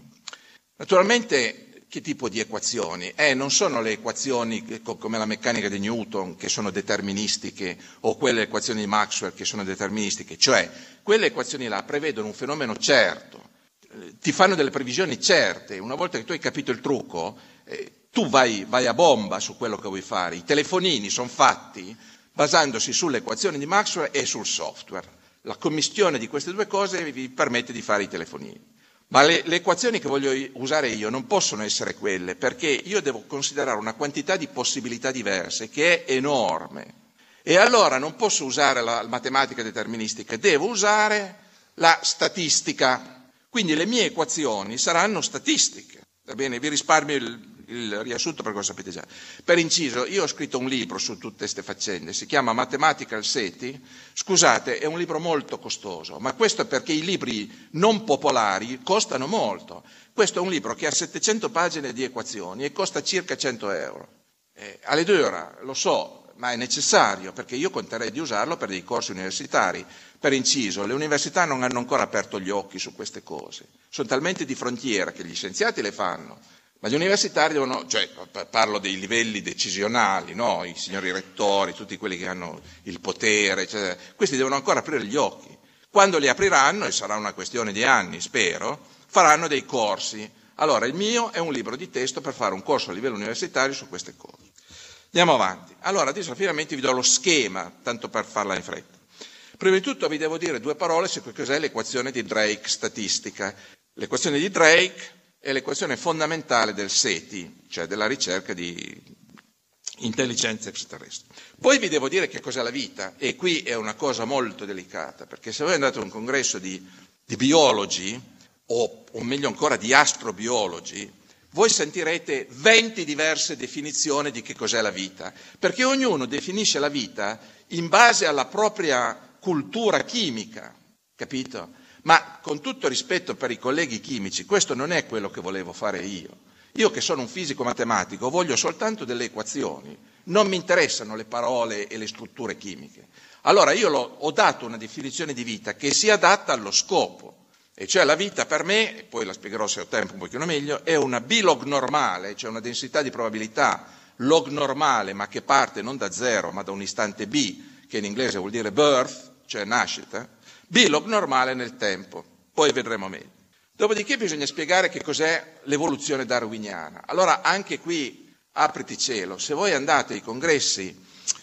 Naturalmente, che tipo di equazioni? Eh, non sono le equazioni come la meccanica di Newton, che sono deterministiche, o quelle equazioni di Maxwell, che sono deterministiche. Cioè, quelle equazioni là prevedono un fenomeno certo, ti fanno delle previsioni certe. Una volta che tu hai capito il trucco, eh, tu vai, vai a bomba su quello che vuoi fare. I telefonini sono fatti basandosi sulle equazioni di Maxwell e sul software. La commistione di queste due cose vi permette di fare i telefonini. Ma le, le equazioni che voglio usare io non possono essere quelle, perché io devo considerare una quantità di possibilità diverse che è enorme. E allora non posso usare la matematica deterministica, devo usare la statistica. Quindi le mie equazioni saranno statistiche, va bene? Vi risparmio il, il riassunto perché lo sapete già. Per inciso, io ho scritto un libro su tutte queste faccende, si chiama Mathematical SETI. Scusate, è un libro molto costoso, ma questo è perché i libri non popolari costano molto. Questo è un libro che ha settecento pagine di equazioni e costa circa cento euro. Eh, alle due ore, lo so, ma è necessario, perché io conterei di usarlo per dei corsi universitari. Per inciso, le università non hanno ancora aperto gli occhi su queste cose, sono talmente di frontiera che gli scienziati le fanno, ma gli universitari devono, cioè parlo dei livelli decisionali, no? I signori rettori, tutti quelli che hanno il potere, eccetera. Questi devono ancora aprire gli occhi. Quando li apriranno, e sarà una questione di anni, spero, faranno dei corsi. Allora, il mio è un libro di testo per fare un corso a livello universitario su queste cose. Andiamo avanti. Allora, adesso finalmente vi do lo schema, tanto per farla in fretta. Prima di tutto vi devo dire due parole su che cos'è l'equazione di Drake statistica. L'equazione di Drake è l'equazione fondamentale del SETI, cioè della ricerca di intelligenza extraterrestre. Poi vi devo dire che cos'è la vita, e qui è una cosa molto delicata, perché se voi andate a un congresso di, di biologi, o, o meglio ancora di astrobiologi, voi sentirete venti diverse definizioni di che cos'è la vita, perché ognuno definisce la vita in base alla propria cultura chimica, capito? Ma con tutto rispetto per i colleghi chimici, questo non è quello che volevo fare io. Io che sono un fisico matematico voglio soltanto delle equazioni, non mi interessano le parole e le strutture chimiche. Allora io l'ho, ho dato una definizione di vita che si adatta allo scopo. E cioè la vita per me, e poi la spiegherò se ho tempo un pochino meglio, è una B-log normale, cioè una densità di probabilità log normale, ma che parte non da zero, ma da un istante B, che in inglese vuol dire birth, cioè nascita, B-log normale nel tempo, poi vedremo meglio. Dopodiché bisogna spiegare che cos'è l'evoluzione darwiniana. Allora anche qui, apriti cielo, se voi andate ai congressi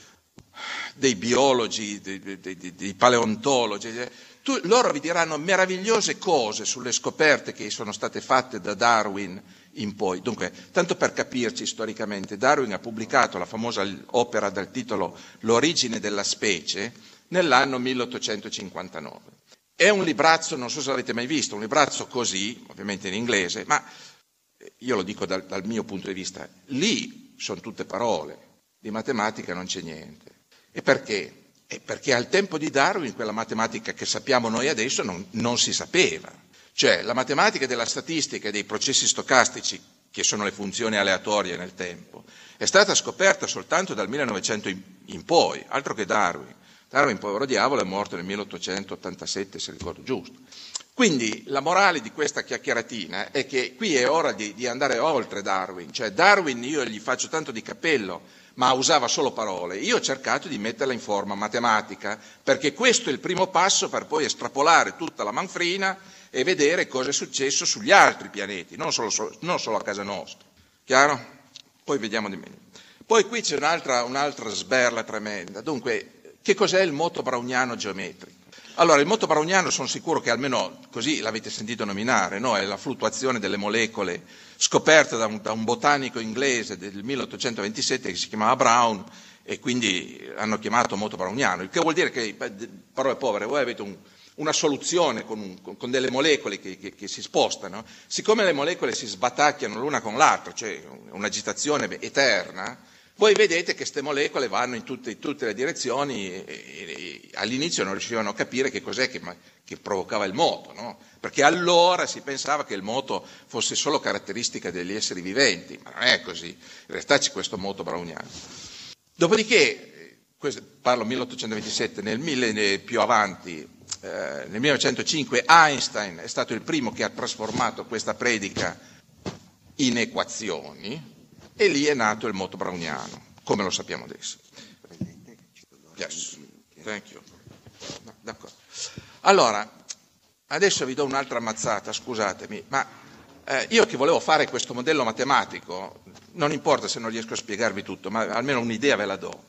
dei biologi, dei, dei, dei, dei paleontologi, tu, loro vi diranno meravigliose cose sulle scoperte che sono state fatte da Darwin in poi. Dunque, tanto per capirci storicamente, Darwin ha pubblicato la famosa opera dal titolo L'origine della specie nell'anno milleottocentocinquantanove. È un librazzo, non so se l'avete mai visto, un librazzo così, ovviamente in inglese, ma io lo dico dal, dal mio punto di vista, lì sono tutte parole, di matematica non c'è niente. E perché? E perché al tempo di Darwin quella matematica che sappiamo noi adesso non, non si sapeva. Cioè la matematica della statistica e dei processi stocastici, che sono le funzioni aleatorie nel tempo, è stata scoperta soltanto dal millenovecento in, in poi, altro che Darwin. Darwin, povero diavolo, è morto nel milleottocentottantasette, se ricordo giusto. Quindi la morale di questa chiacchieratina è che qui è ora di, di andare oltre Darwin, cioè Darwin io gli faccio tanto di cappello, ma usava solo parole. Io ho cercato di metterla in forma matematica, perché questo è il primo passo per poi estrapolare tutta la manfrina e vedere cosa è successo sugli altri pianeti, non solo, non solo a casa nostra. Chiaro? Poi vediamo di meglio. Poi qui c'è un'altra, un'altra sberla tremenda. Dunque, che cos'è il moto browniano geometrico? Allora, il moto browniano sono sicuro che almeno così l'avete sentito nominare, no? È la fluttuazione delle molecole scoperta da un, da un botanico inglese del milleottocentoventisette che si chiamava Brown e quindi hanno chiamato moto browniano, il che vuol dire che, parole povere, voi avete un, una soluzione con, un, con, con delle molecole che, che, che si spostano, siccome le molecole si sbatacchiano l'una con l'altra, cioè un'agitazione eterna, voi vedete che queste molecole vanno in tutte, in tutte le direzioni e, e, e all'inizio non riuscivano a capire che cos'è che, che provocava il moto, no? Perché allora si pensava che il moto fosse solo caratteristica degli esseri viventi, ma non è così, in realtà c'è questo moto browniano. Dopodiché, questo, parlo milleottocentoventisette, nel mille più avanti, eh, nel millenovecentocinque Einstein è stato il primo che ha trasformato questa predica in equazioni, e lì è nato il moto browniano, come lo sappiamo adesso. Yes. Thank you. No, d'accordo. Allora, adesso vi do un'altra ammazzata, scusatemi, ma eh, io che volevo fare questo modello matematico, non importa se non riesco a spiegarvi tutto, ma almeno un'idea ve la do.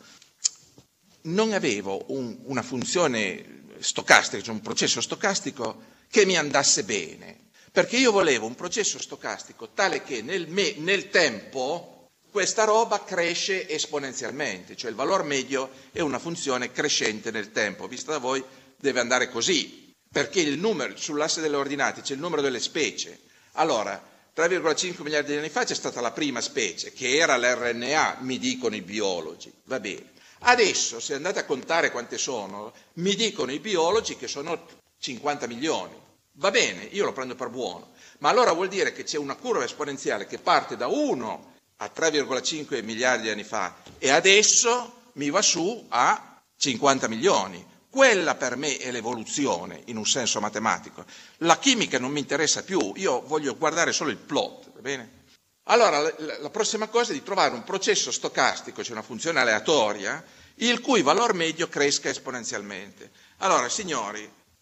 Non avevo un, una funzione stocastica, cioè un processo stocastico che mi andasse bene, perché io volevo un processo stocastico tale che nel, me, nel tempo questa roba cresce esponenzialmente, cioè il valore medio è una funzione crescente nel tempo, vista da voi deve andare così, perché il numero, sull'asse delle ordinate c'è il numero delle specie. Allora, tre virgola cinque miliardi di anni fa c'è stata la prima specie, che era l'R N A, mi dicono i biologi, va bene. Adesso, se andate a contare quante sono, mi dicono i biologi che sono cinquanta milioni. Va bene, io lo prendo per buono, ma allora vuol dire che c'è una curva esponenziale che parte da uno a tre virgola cinque miliardi di anni fa e adesso mi va su a cinquanta milioni. Quella per me è l'evoluzione in un senso matematico. La chimica non mi interessa più, io voglio guardare solo il plot, va bene? Allora la, la prossima cosa è di trovare un processo stocastico, cioè una funzione aleatoria, il cui valore medio cresca esponenzialmente. Allora, signori,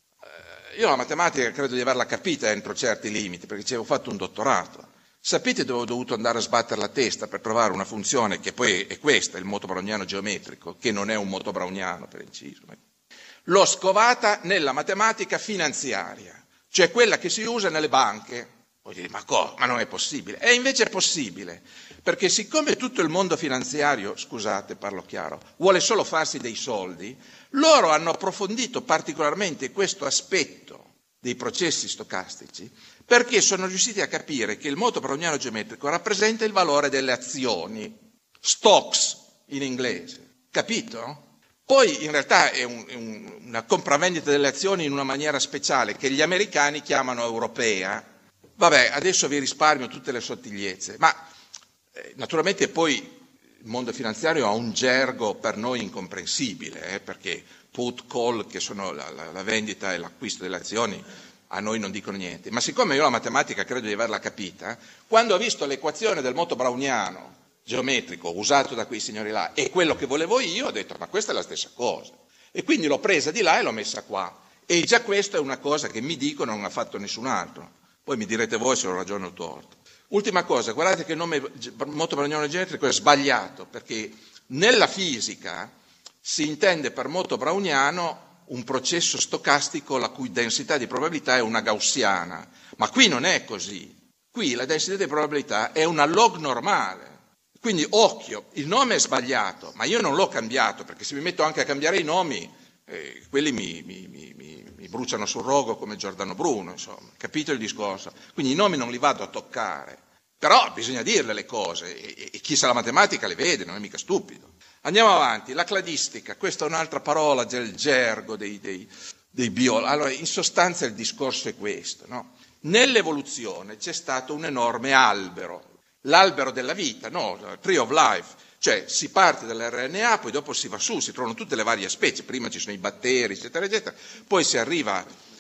io la matematica credo di averla capita entro certi limiti, perché ci avevo fatto un dottorato. Sapete dove ho dovuto andare a sbattere la testa per trovare una funzione che poi è questa, il moto browniano geometrico, che non è un moto browniano per inciso. L'ho scovata nella matematica finanziaria, cioè quella che si usa nelle banche. Voi dite, ma cosa? Ma non è possibile. E invece è possibile, perché siccome tutto il mondo finanziario, scusate, parlo chiaro, vuole solo farsi dei soldi, loro hanno approfondito particolarmente questo aspetto dei processi stocastici, perché sono riusciti a capire che il moto browniano geometrico rappresenta il valore delle azioni, stocks in inglese, capito? Poi in realtà è, un, è un, una compravendita delle azioni in una maniera speciale che gli americani chiamano europea. Vabbè, adesso vi risparmio tutte le sottigliezze, ma eh, naturalmente poi il mondo finanziario ha un gergo per noi incomprensibile, eh, perché put, call, che sono la, la, la vendita e l'acquisto delle azioni, a noi non dicono niente. Ma siccome io la matematica credo di averla capita, quando ho visto l'equazione del moto browniano geometrico usato da quei signori là e quello che volevo io, ho detto ma questa è la stessa cosa. E quindi l'ho presa di là e l'ho messa qua. E già questa è una cosa che mi dicono non ha fatto nessun altro. Poi mi direte voi se ho ragione o torto. Ultima cosa, guardate che il nome moto browniano geometrico è sbagliato, perché nella fisica si intende per moto browniano un processo stocastico la cui densità di probabilità è una gaussiana, ma qui non è così. Qui la densità di probabilità è una log normale. Quindi occhio, il nome è sbagliato, ma io non l'ho cambiato, perché se mi metto anche a cambiare i nomi, eh, quelli mi, mi, mi, mi, mi bruciano sul rogo come Giordano Bruno, insomma, capito il discorso? Quindi i nomi non li vado a toccare, però bisogna dirle le cose, e, e chi sa la matematica le vede, non è mica stupido. Andiamo avanti, la cladistica, questa è un'altra parola del gergo dei, dei, dei biologi. Allora, in sostanza il discorso è questo, no? Nell'evoluzione c'è stato un enorme albero, l'albero della vita, no? Tree of Life, cioè si parte dall'R N A, poi dopo si va su, si trovano tutte le varie specie, prima ci sono i batteri, eccetera, eccetera, poi si arriva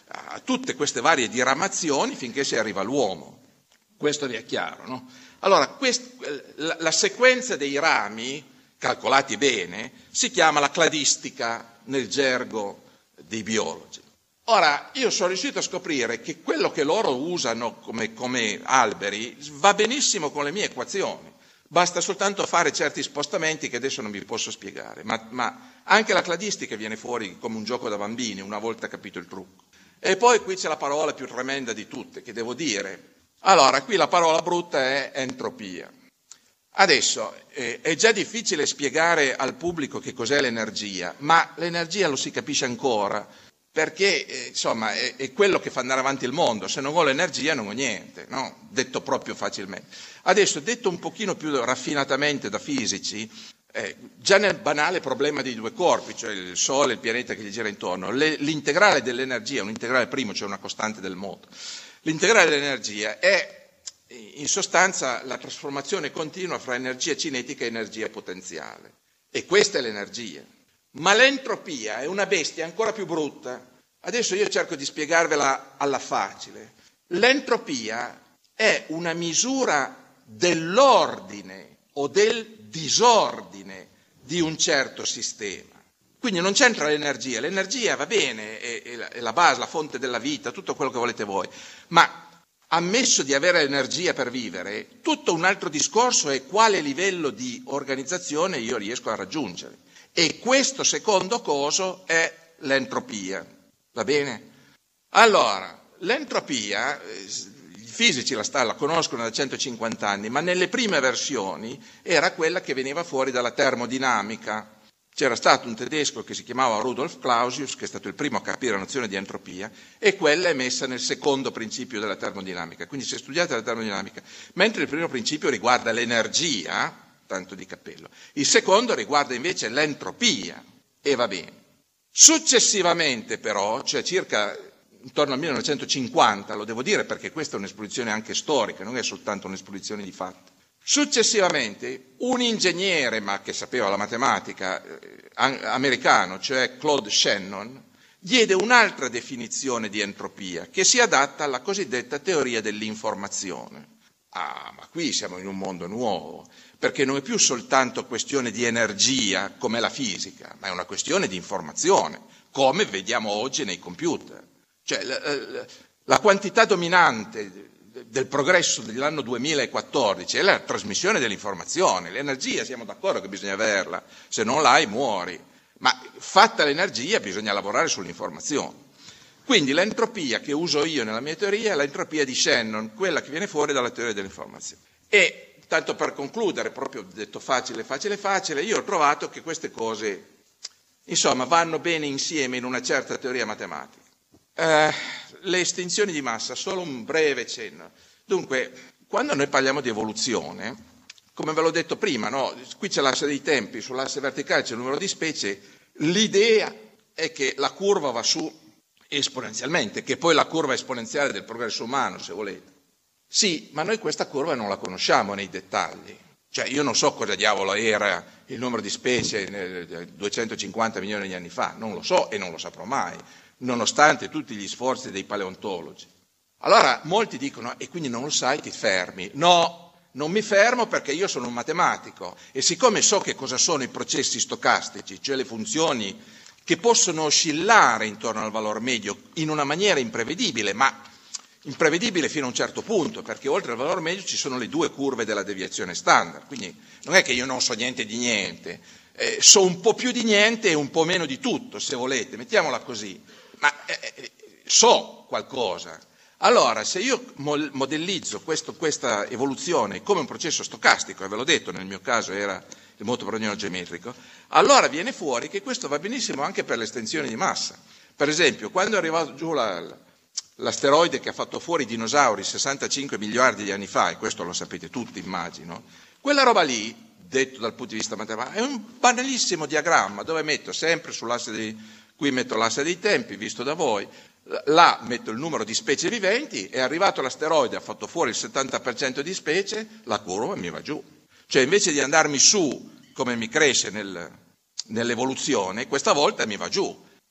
a tutte queste varie diramazioni finché si arriva all'uomo. Questo vi è chiaro, no? Allora, quest, la, la sequenza dei rami, calcolati bene, si chiama la cladistica nel gergo dei biologi. Ora, io sono riuscito a scoprire che quello che loro usano come, come alberi va benissimo con le mie equazioni. Basta soltanto fare certi spostamenti che adesso non vi posso spiegare, ma, ma anche la cladistica viene fuori come un gioco da bambini una volta capito il trucco. E poi qui c'è la parola più tremenda di tutte, che devo dire. Allora, qui la parola brutta è entropia. Adesso eh, è già difficile spiegare al pubblico che cos'è l'energia, ma l'energia lo si capisce ancora, perché eh, insomma è, è quello che fa andare avanti il mondo. Se non ho l'energia non ho niente, no? Detto proprio facilmente. Adesso, detto un pochino più raffinatamente da fisici, eh, già nel banale problema dei due corpi, cioè il Sole e il pianeta che gli gira intorno, le, l'integrale dell'energia, un integrale primo, cioè una costante del moto, l'integrale dell'energia è in sostanza la trasformazione continua fra energia cinetica e energia potenziale. E questa è l'energia. Ma l'entropia è una bestia ancora più brutta. Adesso io cerco di spiegarvela alla facile. L'entropia è una misura dell'ordine o del disordine di un certo sistema. Quindi non c'entra l'energia. L'energia va bene, è, è, la, è la base, la fonte della vita, tutto quello che volete voi. Ma ammesso di avere l'energia per vivere, tutto un altro discorso è quale livello di organizzazione io riesco a raggiungere. E questo secondo coso è l'entropia, va bene? Allora, l'entropia, i fisici la, sta, la conoscono da centocinquanta anni, ma nelle prime versioni era quella che veniva fuori dalla termodinamica. C'era stato un tedesco che si chiamava Rudolf Clausius, che è stato il primo a capire la nozione di entropia, e quella è messa nel secondo principio della termodinamica. Quindi se studiate la termodinamica, mentre il primo principio riguarda l'energia, tanto di cappello, il secondo riguarda invece l'entropia, e va bene. Successivamente però, cioè circa intorno al millenovecentocinquanta, lo devo dire perché questa è un'esposizione anche storica, non è soltanto un'esposizione di fatti. Successivamente un ingegnere, ma che sapeva la matematica, eh, americano, cioè Claude Shannon, diede un'altra definizione di entropia che si adatta alla cosiddetta teoria dell'informazione. Ah, ma qui siamo in un mondo nuovo, perché non è più soltanto questione di energia come la fisica, ma è una questione di informazione, come vediamo oggi nei computer. Cioè la, la, la quantità dominante del progresso dell'anno duemilaquattordici è la trasmissione dell'informazione. L'energia, siamo d'accordo che bisogna averla, se non l'hai muori, ma fatta l'energia bisogna lavorare sull'informazione. Quindi l'entropia che uso io nella mia teoria è l'entropia di Shannon, quella che viene fuori dalla teoria dell'informazione. E tanto per concludere, proprio detto facile, facile, facile, io ho trovato che queste cose, insomma, vanno bene insieme in una certa teoria matematica. Eh, le estinzioni di massa, solo un breve cenno. Dunque, quando noi parliamo di evoluzione, come ve l'ho detto prima, no? Qui c'è l'asse dei tempi, sull'asse verticale c'è il numero di specie, l'idea è che la curva va su esponenzialmente, che poi la curva esponenziale del progresso umano, se volete. Sì, ma noi questa curva non la conosciamo nei dettagli. Cioè io non so cosa diavolo era il numero di specie duecentocinquanta milioni di anni fa, non lo so e non lo saprò mai, nonostante tutti gli sforzi dei paleontologi. Allora molti dicono, e quindi non lo sai, ti fermi. No, non mi fermo perché io sono un matematico e siccome so che cosa sono i processi stocastici, cioè le funzioni che possono oscillare intorno al valore medio in una maniera imprevedibile, ma imprevedibile fino a un certo punto, perché oltre al valore medio ci sono le due curve della deviazione standard, quindi non è che io non so niente di niente, eh, so un po' più di niente e un po' meno di tutto, se volete, mettiamola così, ma eh, so qualcosa. Allora, se io modellizzo questo, questa evoluzione come un processo stocastico, e ve l'ho detto, nel mio caso era il moto browniano geometrico, allora viene fuori che questo va benissimo anche per l'estensione di massa. Per esempio, quando è arrivato giù la, l'asteroide che ha fatto fuori i dinosauri sessantacinque miliardi di anni fa, e questo lo sapete tutti, immagino, quella roba lì, detto dal punto di vista matematico, è un banalissimo diagramma dove metto sempre sull'asse dei, qui metto l'asse dei tempi, visto da voi, là metto il numero di specie viventi, è arrivato l'asteroide, ha fatto fuori il settanta per cento di specie, la curva mi va giù. Cioè invece di andarmi su, come mi cresce nel, nell'evoluzione, questa volta mi va giù.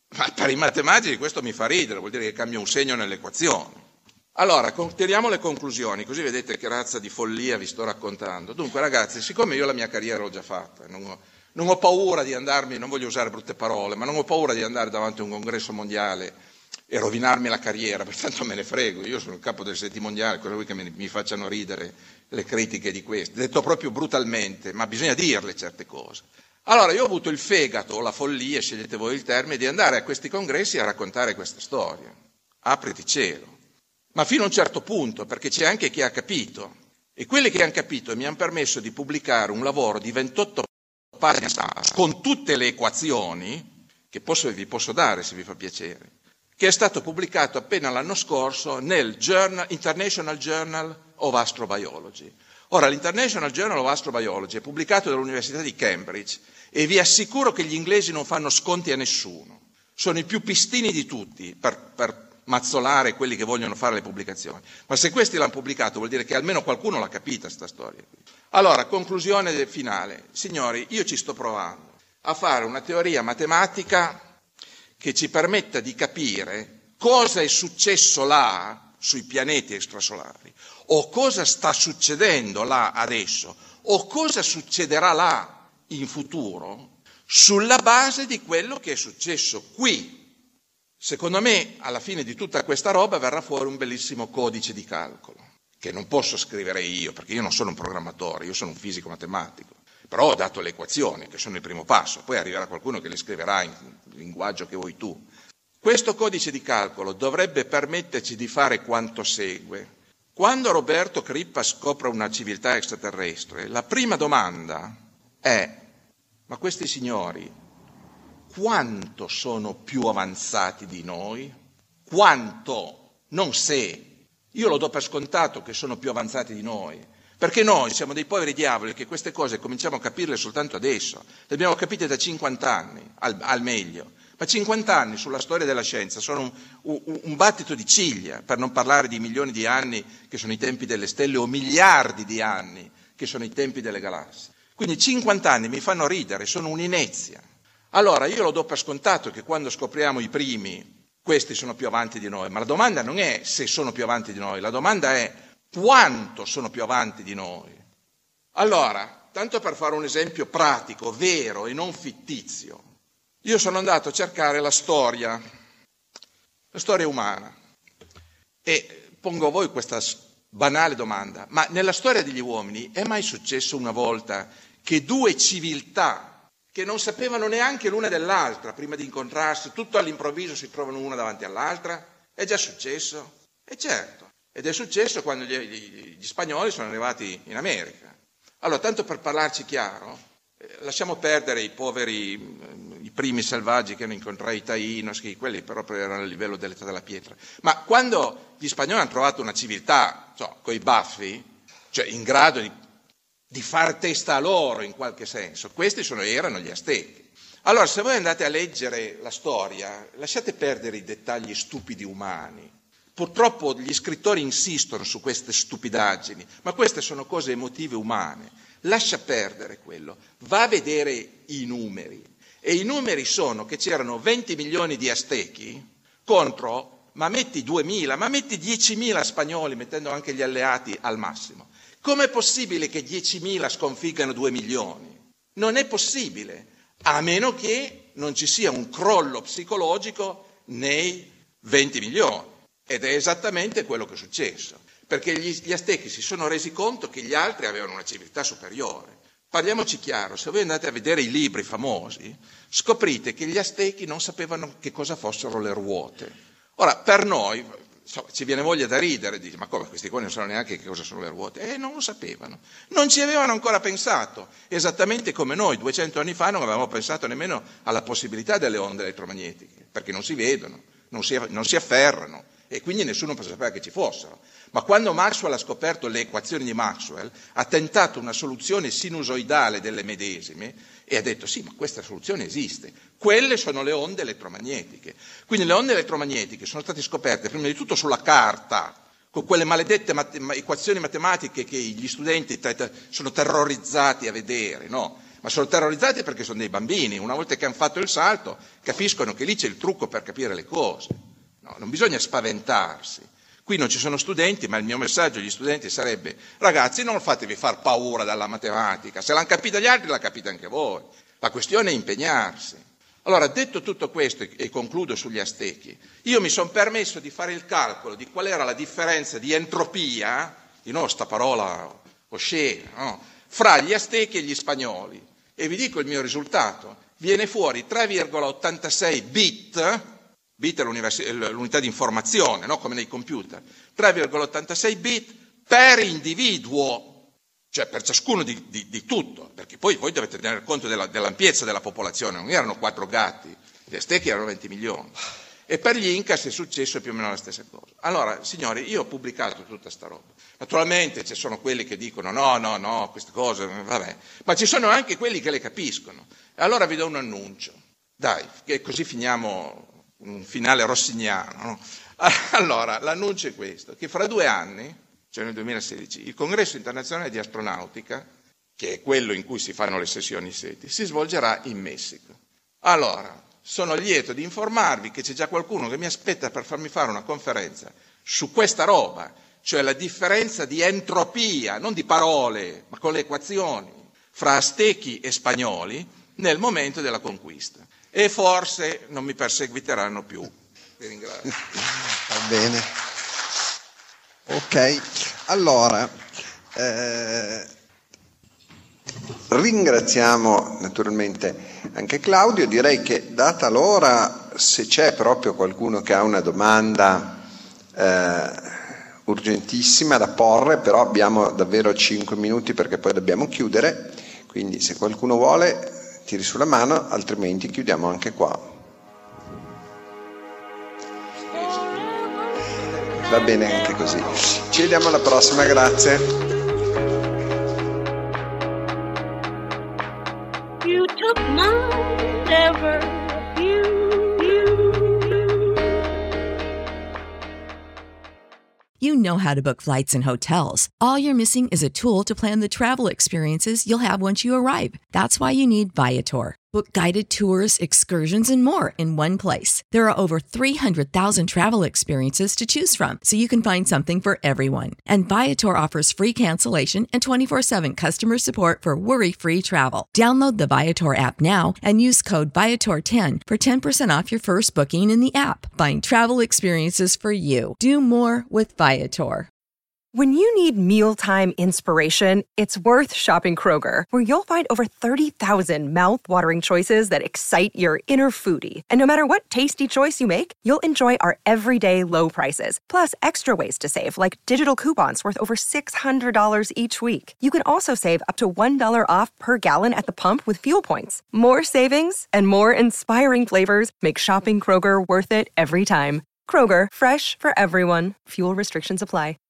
Ma per i matematici questo mi fa ridere, vuol dire che cambia un segno nell'equazione. Allora, tiriamo le conclusioni, così vedete che razza di follia vi sto raccontando. Dunque ragazzi, siccome io la mia carriera l'ho già fatta, non ho, non ho paura di andarmi, non voglio usare brutte parole, ma non ho paura di andare davanti a un congresso mondiale e rovinarmi la carriera, pertanto me ne frego, io sono il capo dei seti mondiali, cosa vuoi che mi, mi facciano ridere le critiche di questo? Detto proprio brutalmente, ma bisogna dirle certe cose. Allora io ho avuto il fegato o la follia, scegliete voi il termine, di andare a questi congressi a raccontare questa storia. Apriti cielo. Ma fino a un certo punto, perché c'è anche chi ha capito, e quelli che hanno capito mi hanno permesso di pubblicare un lavoro di ventotto pagine con tutte le equazioni, che posso, vi posso dare se vi fa piacere, che è stato pubblicato appena l'anno scorso nel Journal, International Journal of Astrobiology. Ora, l'International Journal of Astrobiology è pubblicato dall'Università di Cambridge e vi assicuro che gli inglesi non fanno sconti a nessuno. Sono i più pistini di tutti per, per mazzolare quelli che vogliono fare le pubblicazioni. Ma se questi l'hanno pubblicato vuol dire che almeno qualcuno l'ha capita sta storia. Allora, conclusione finale. Signori, io ci sto provando a fare una teoria matematica che ci permetta di capire cosa è successo là sui pianeti extrasolari, o cosa sta succedendo là adesso, o cosa succederà là in futuro, sulla base di quello che è successo qui. Secondo me, alla fine di tutta questa roba verrà fuori un bellissimo codice di calcolo, che non posso scrivere io, perché io non sono un programmatore, io sono un fisico matematico, però ho dato le equazioni, che sono il primo passo, poi arriverà qualcuno che le scriverà in linguaggio che vuoi tu. Questo codice di calcolo dovrebbe permetterci di fare quanto segue. Quando Roberto Crippa scopre una civiltà extraterrestre, la prima domanda è: ma questi signori quanto sono più avanzati di noi? Quanto? Non se. Io lo do per scontato che sono più avanzati di noi, perché noi siamo dei poveri diavoli che queste cose cominciamo a capirle soltanto adesso. Le abbiamo capite da cinquanta anni, al, al meglio. Ma cinquanta anni sulla storia della scienza sono un, un, un battito di ciglia, per non parlare di milioni di anni che sono i tempi delle stelle, o miliardi di anni che sono i tempi delle galassie. Quindi cinquanta anni mi fanno ridere, sono un'inezia. Allora io lo do per scontato che quando scopriamo i primi, questi sono più avanti di noi, ma la domanda non è se sono più avanti di noi, la domanda è quanto sono più avanti di noi. Allora, tanto per fare un esempio pratico, vero e non fittizio, io sono andato a cercare la storia, la storia umana, e pongo a voi questa banale domanda: ma nella storia degli uomini è mai successo una volta che due civiltà che non sapevano neanche l'una dell'altra prima di incontrarsi, tutto all'improvviso si trovano una davanti all'altra? È già successo? E certo, ed è successo quando gli, gli, gli spagnoli sono arrivati in America. Allora, tanto per parlarci chiaro, eh, lasciamo perdere i poveri, eh, i primi selvaggi che hanno incontrato i Taínos, che quelli però erano a livello dell'età della pietra. Ma quando gli spagnoli hanno trovato una civiltà, so, coi baffi, cioè in grado di di far testa a loro in qualche senso, questi sono, erano gli Aztechi. Allora, se voi andate a leggere la storia, lasciate perdere i dettagli stupidi umani. Purtroppo gli scrittori insistono su queste stupidaggini, ma queste sono cose emotive umane. Lascia perdere quello, va a vedere i numeri. E i numeri sono che c'erano venti milioni di Aztechi contro, ma metti duemila, ma metti diecimila spagnoli, mettendo anche gli alleati al massimo. Com'è possibile che diecimila sconfiggano due milioni? Non è possibile, a meno che non ci sia un crollo psicologico nei venti milioni. Ed è esattamente quello che è successo, perché gli, gli Aztechi si sono resi conto che gli altri avevano una civiltà superiore. Parliamoci chiaro, se voi andate a vedere i libri famosi, scoprite che gli Aztechi non sapevano che cosa fossero le ruote. Ora, per noi insomma, ci viene voglia da ridere, dice, ma come, questi qua non sanno neanche che cosa sono le ruote? Eh, non lo sapevano, non ci avevano ancora pensato, esattamente come noi duecento anni fa non avevamo pensato nemmeno alla possibilità delle onde elettromagnetiche, perché non si vedono, non si, non si afferrano, e quindi nessuno sapeva che ci fossero. Ma quando Maxwell ha scoperto le equazioni di Maxwell, ha tentato una soluzione sinusoidale delle medesime e ha detto sì, ma questa soluzione esiste. Quelle sono le onde elettromagnetiche. Quindi le onde elettromagnetiche sono state scoperte prima di tutto sulla carta, con quelle maledette mat- equazioni matematiche che gli studenti te- te- sono terrorizzati a vedere, no? ma sono terrorizzati perché sono dei bambini. Una volta che hanno fatto il salto, capiscono che lì c'è il trucco per capire le cose. No, non bisogna spaventarsi. Qui non ci sono studenti, ma il mio messaggio agli studenti sarebbe: ragazzi, non fatevi far paura dalla matematica, se l'hanno capita gli altri la capite anche voi. La questione è impegnarsi. Allora, detto tutto questo, e concludo sugli Aztechi, io mi sono permesso di fare il calcolo di qual era la differenza di entropia, di nuovo sta parola oscena, no? Fra gli Aztechi e gli spagnoli, e vi dico il mio risultato: viene fuori tre virgola ottantasei bit, bit è l'unità di informazione, no? Come nei computer, tre virgola ottantasei bit per individuo, cioè per ciascuno di, di, di tutto, perché poi voi dovete tener conto della, dell'ampiezza della popolazione, non erano quattro gatti, gli Aztechi erano venti milioni, e per gli Incas è successo più o meno la stessa cosa. Allora, signori, io ho pubblicato tutta sta roba. Naturalmente ci sono quelli che dicono no, no, no, queste cose, vabbè, ma ci sono anche quelli che le capiscono. E allora vi do un annuncio, dai, che così finiamo un finale rossiniano, no? Allora, l'annuncio è questo, che fra due anni, cioè nel duemilasedici, il Congresso internazionale di astronautica, che è quello in cui si fanno le sessioni SETI, si svolgerà in Messico. Allora, sono lieto di informarvi che c'è già qualcuno che mi aspetta per farmi fare una conferenza su questa roba, cioè la differenza di entropia, non di parole, ma con le equazioni, fra Aztechi e spagnoli nel momento della conquista. E forse non mi perseguiteranno più. Vi ringrazio. Va bene. Ok, allora eh, ringraziamo naturalmente anche Claudio. Direi che data l'ora, se c'è proprio qualcuno che ha una domanda eh, urgentissima da porre, però abbiamo davvero cinque minuti perché poi dobbiamo chiudere, quindi se qualcuno vuole tiri sulla mano, altrimenti chiudiamo anche qua. Va bene anche così. Ci vediamo alla prossima, grazie. You took my never you, you. You know how to book flights and hotels. All you're missing is a tool to plan the travel experiences you'll have once you arrive. That's why you need Viator. Book guided tours, excursions, and more in one place. There are over three hundred thousand travel experiences to choose from, so you can find something for everyone. And Viator offers free cancellation and twenty-four seven customer support for worry-free travel. Download the Viator app now and use code Viator ten for ten percent off your first booking in the app. Find travel experiences for you. Do more with Viator. When you need mealtime inspiration, it's worth shopping Kroger, where you'll find over thirty thousand mouth-watering choices that excite your inner foodie. And no matter what tasty choice you make, you'll enjoy our everyday low prices, plus extra ways to save, like digital coupons worth over six hundred dollars each week. You can also save up to one dollar off per gallon at the pump with fuel points. More savings and more inspiring flavors make shopping Kroger worth it every time. Kroger, fresh for everyone. Fuel restrictions apply.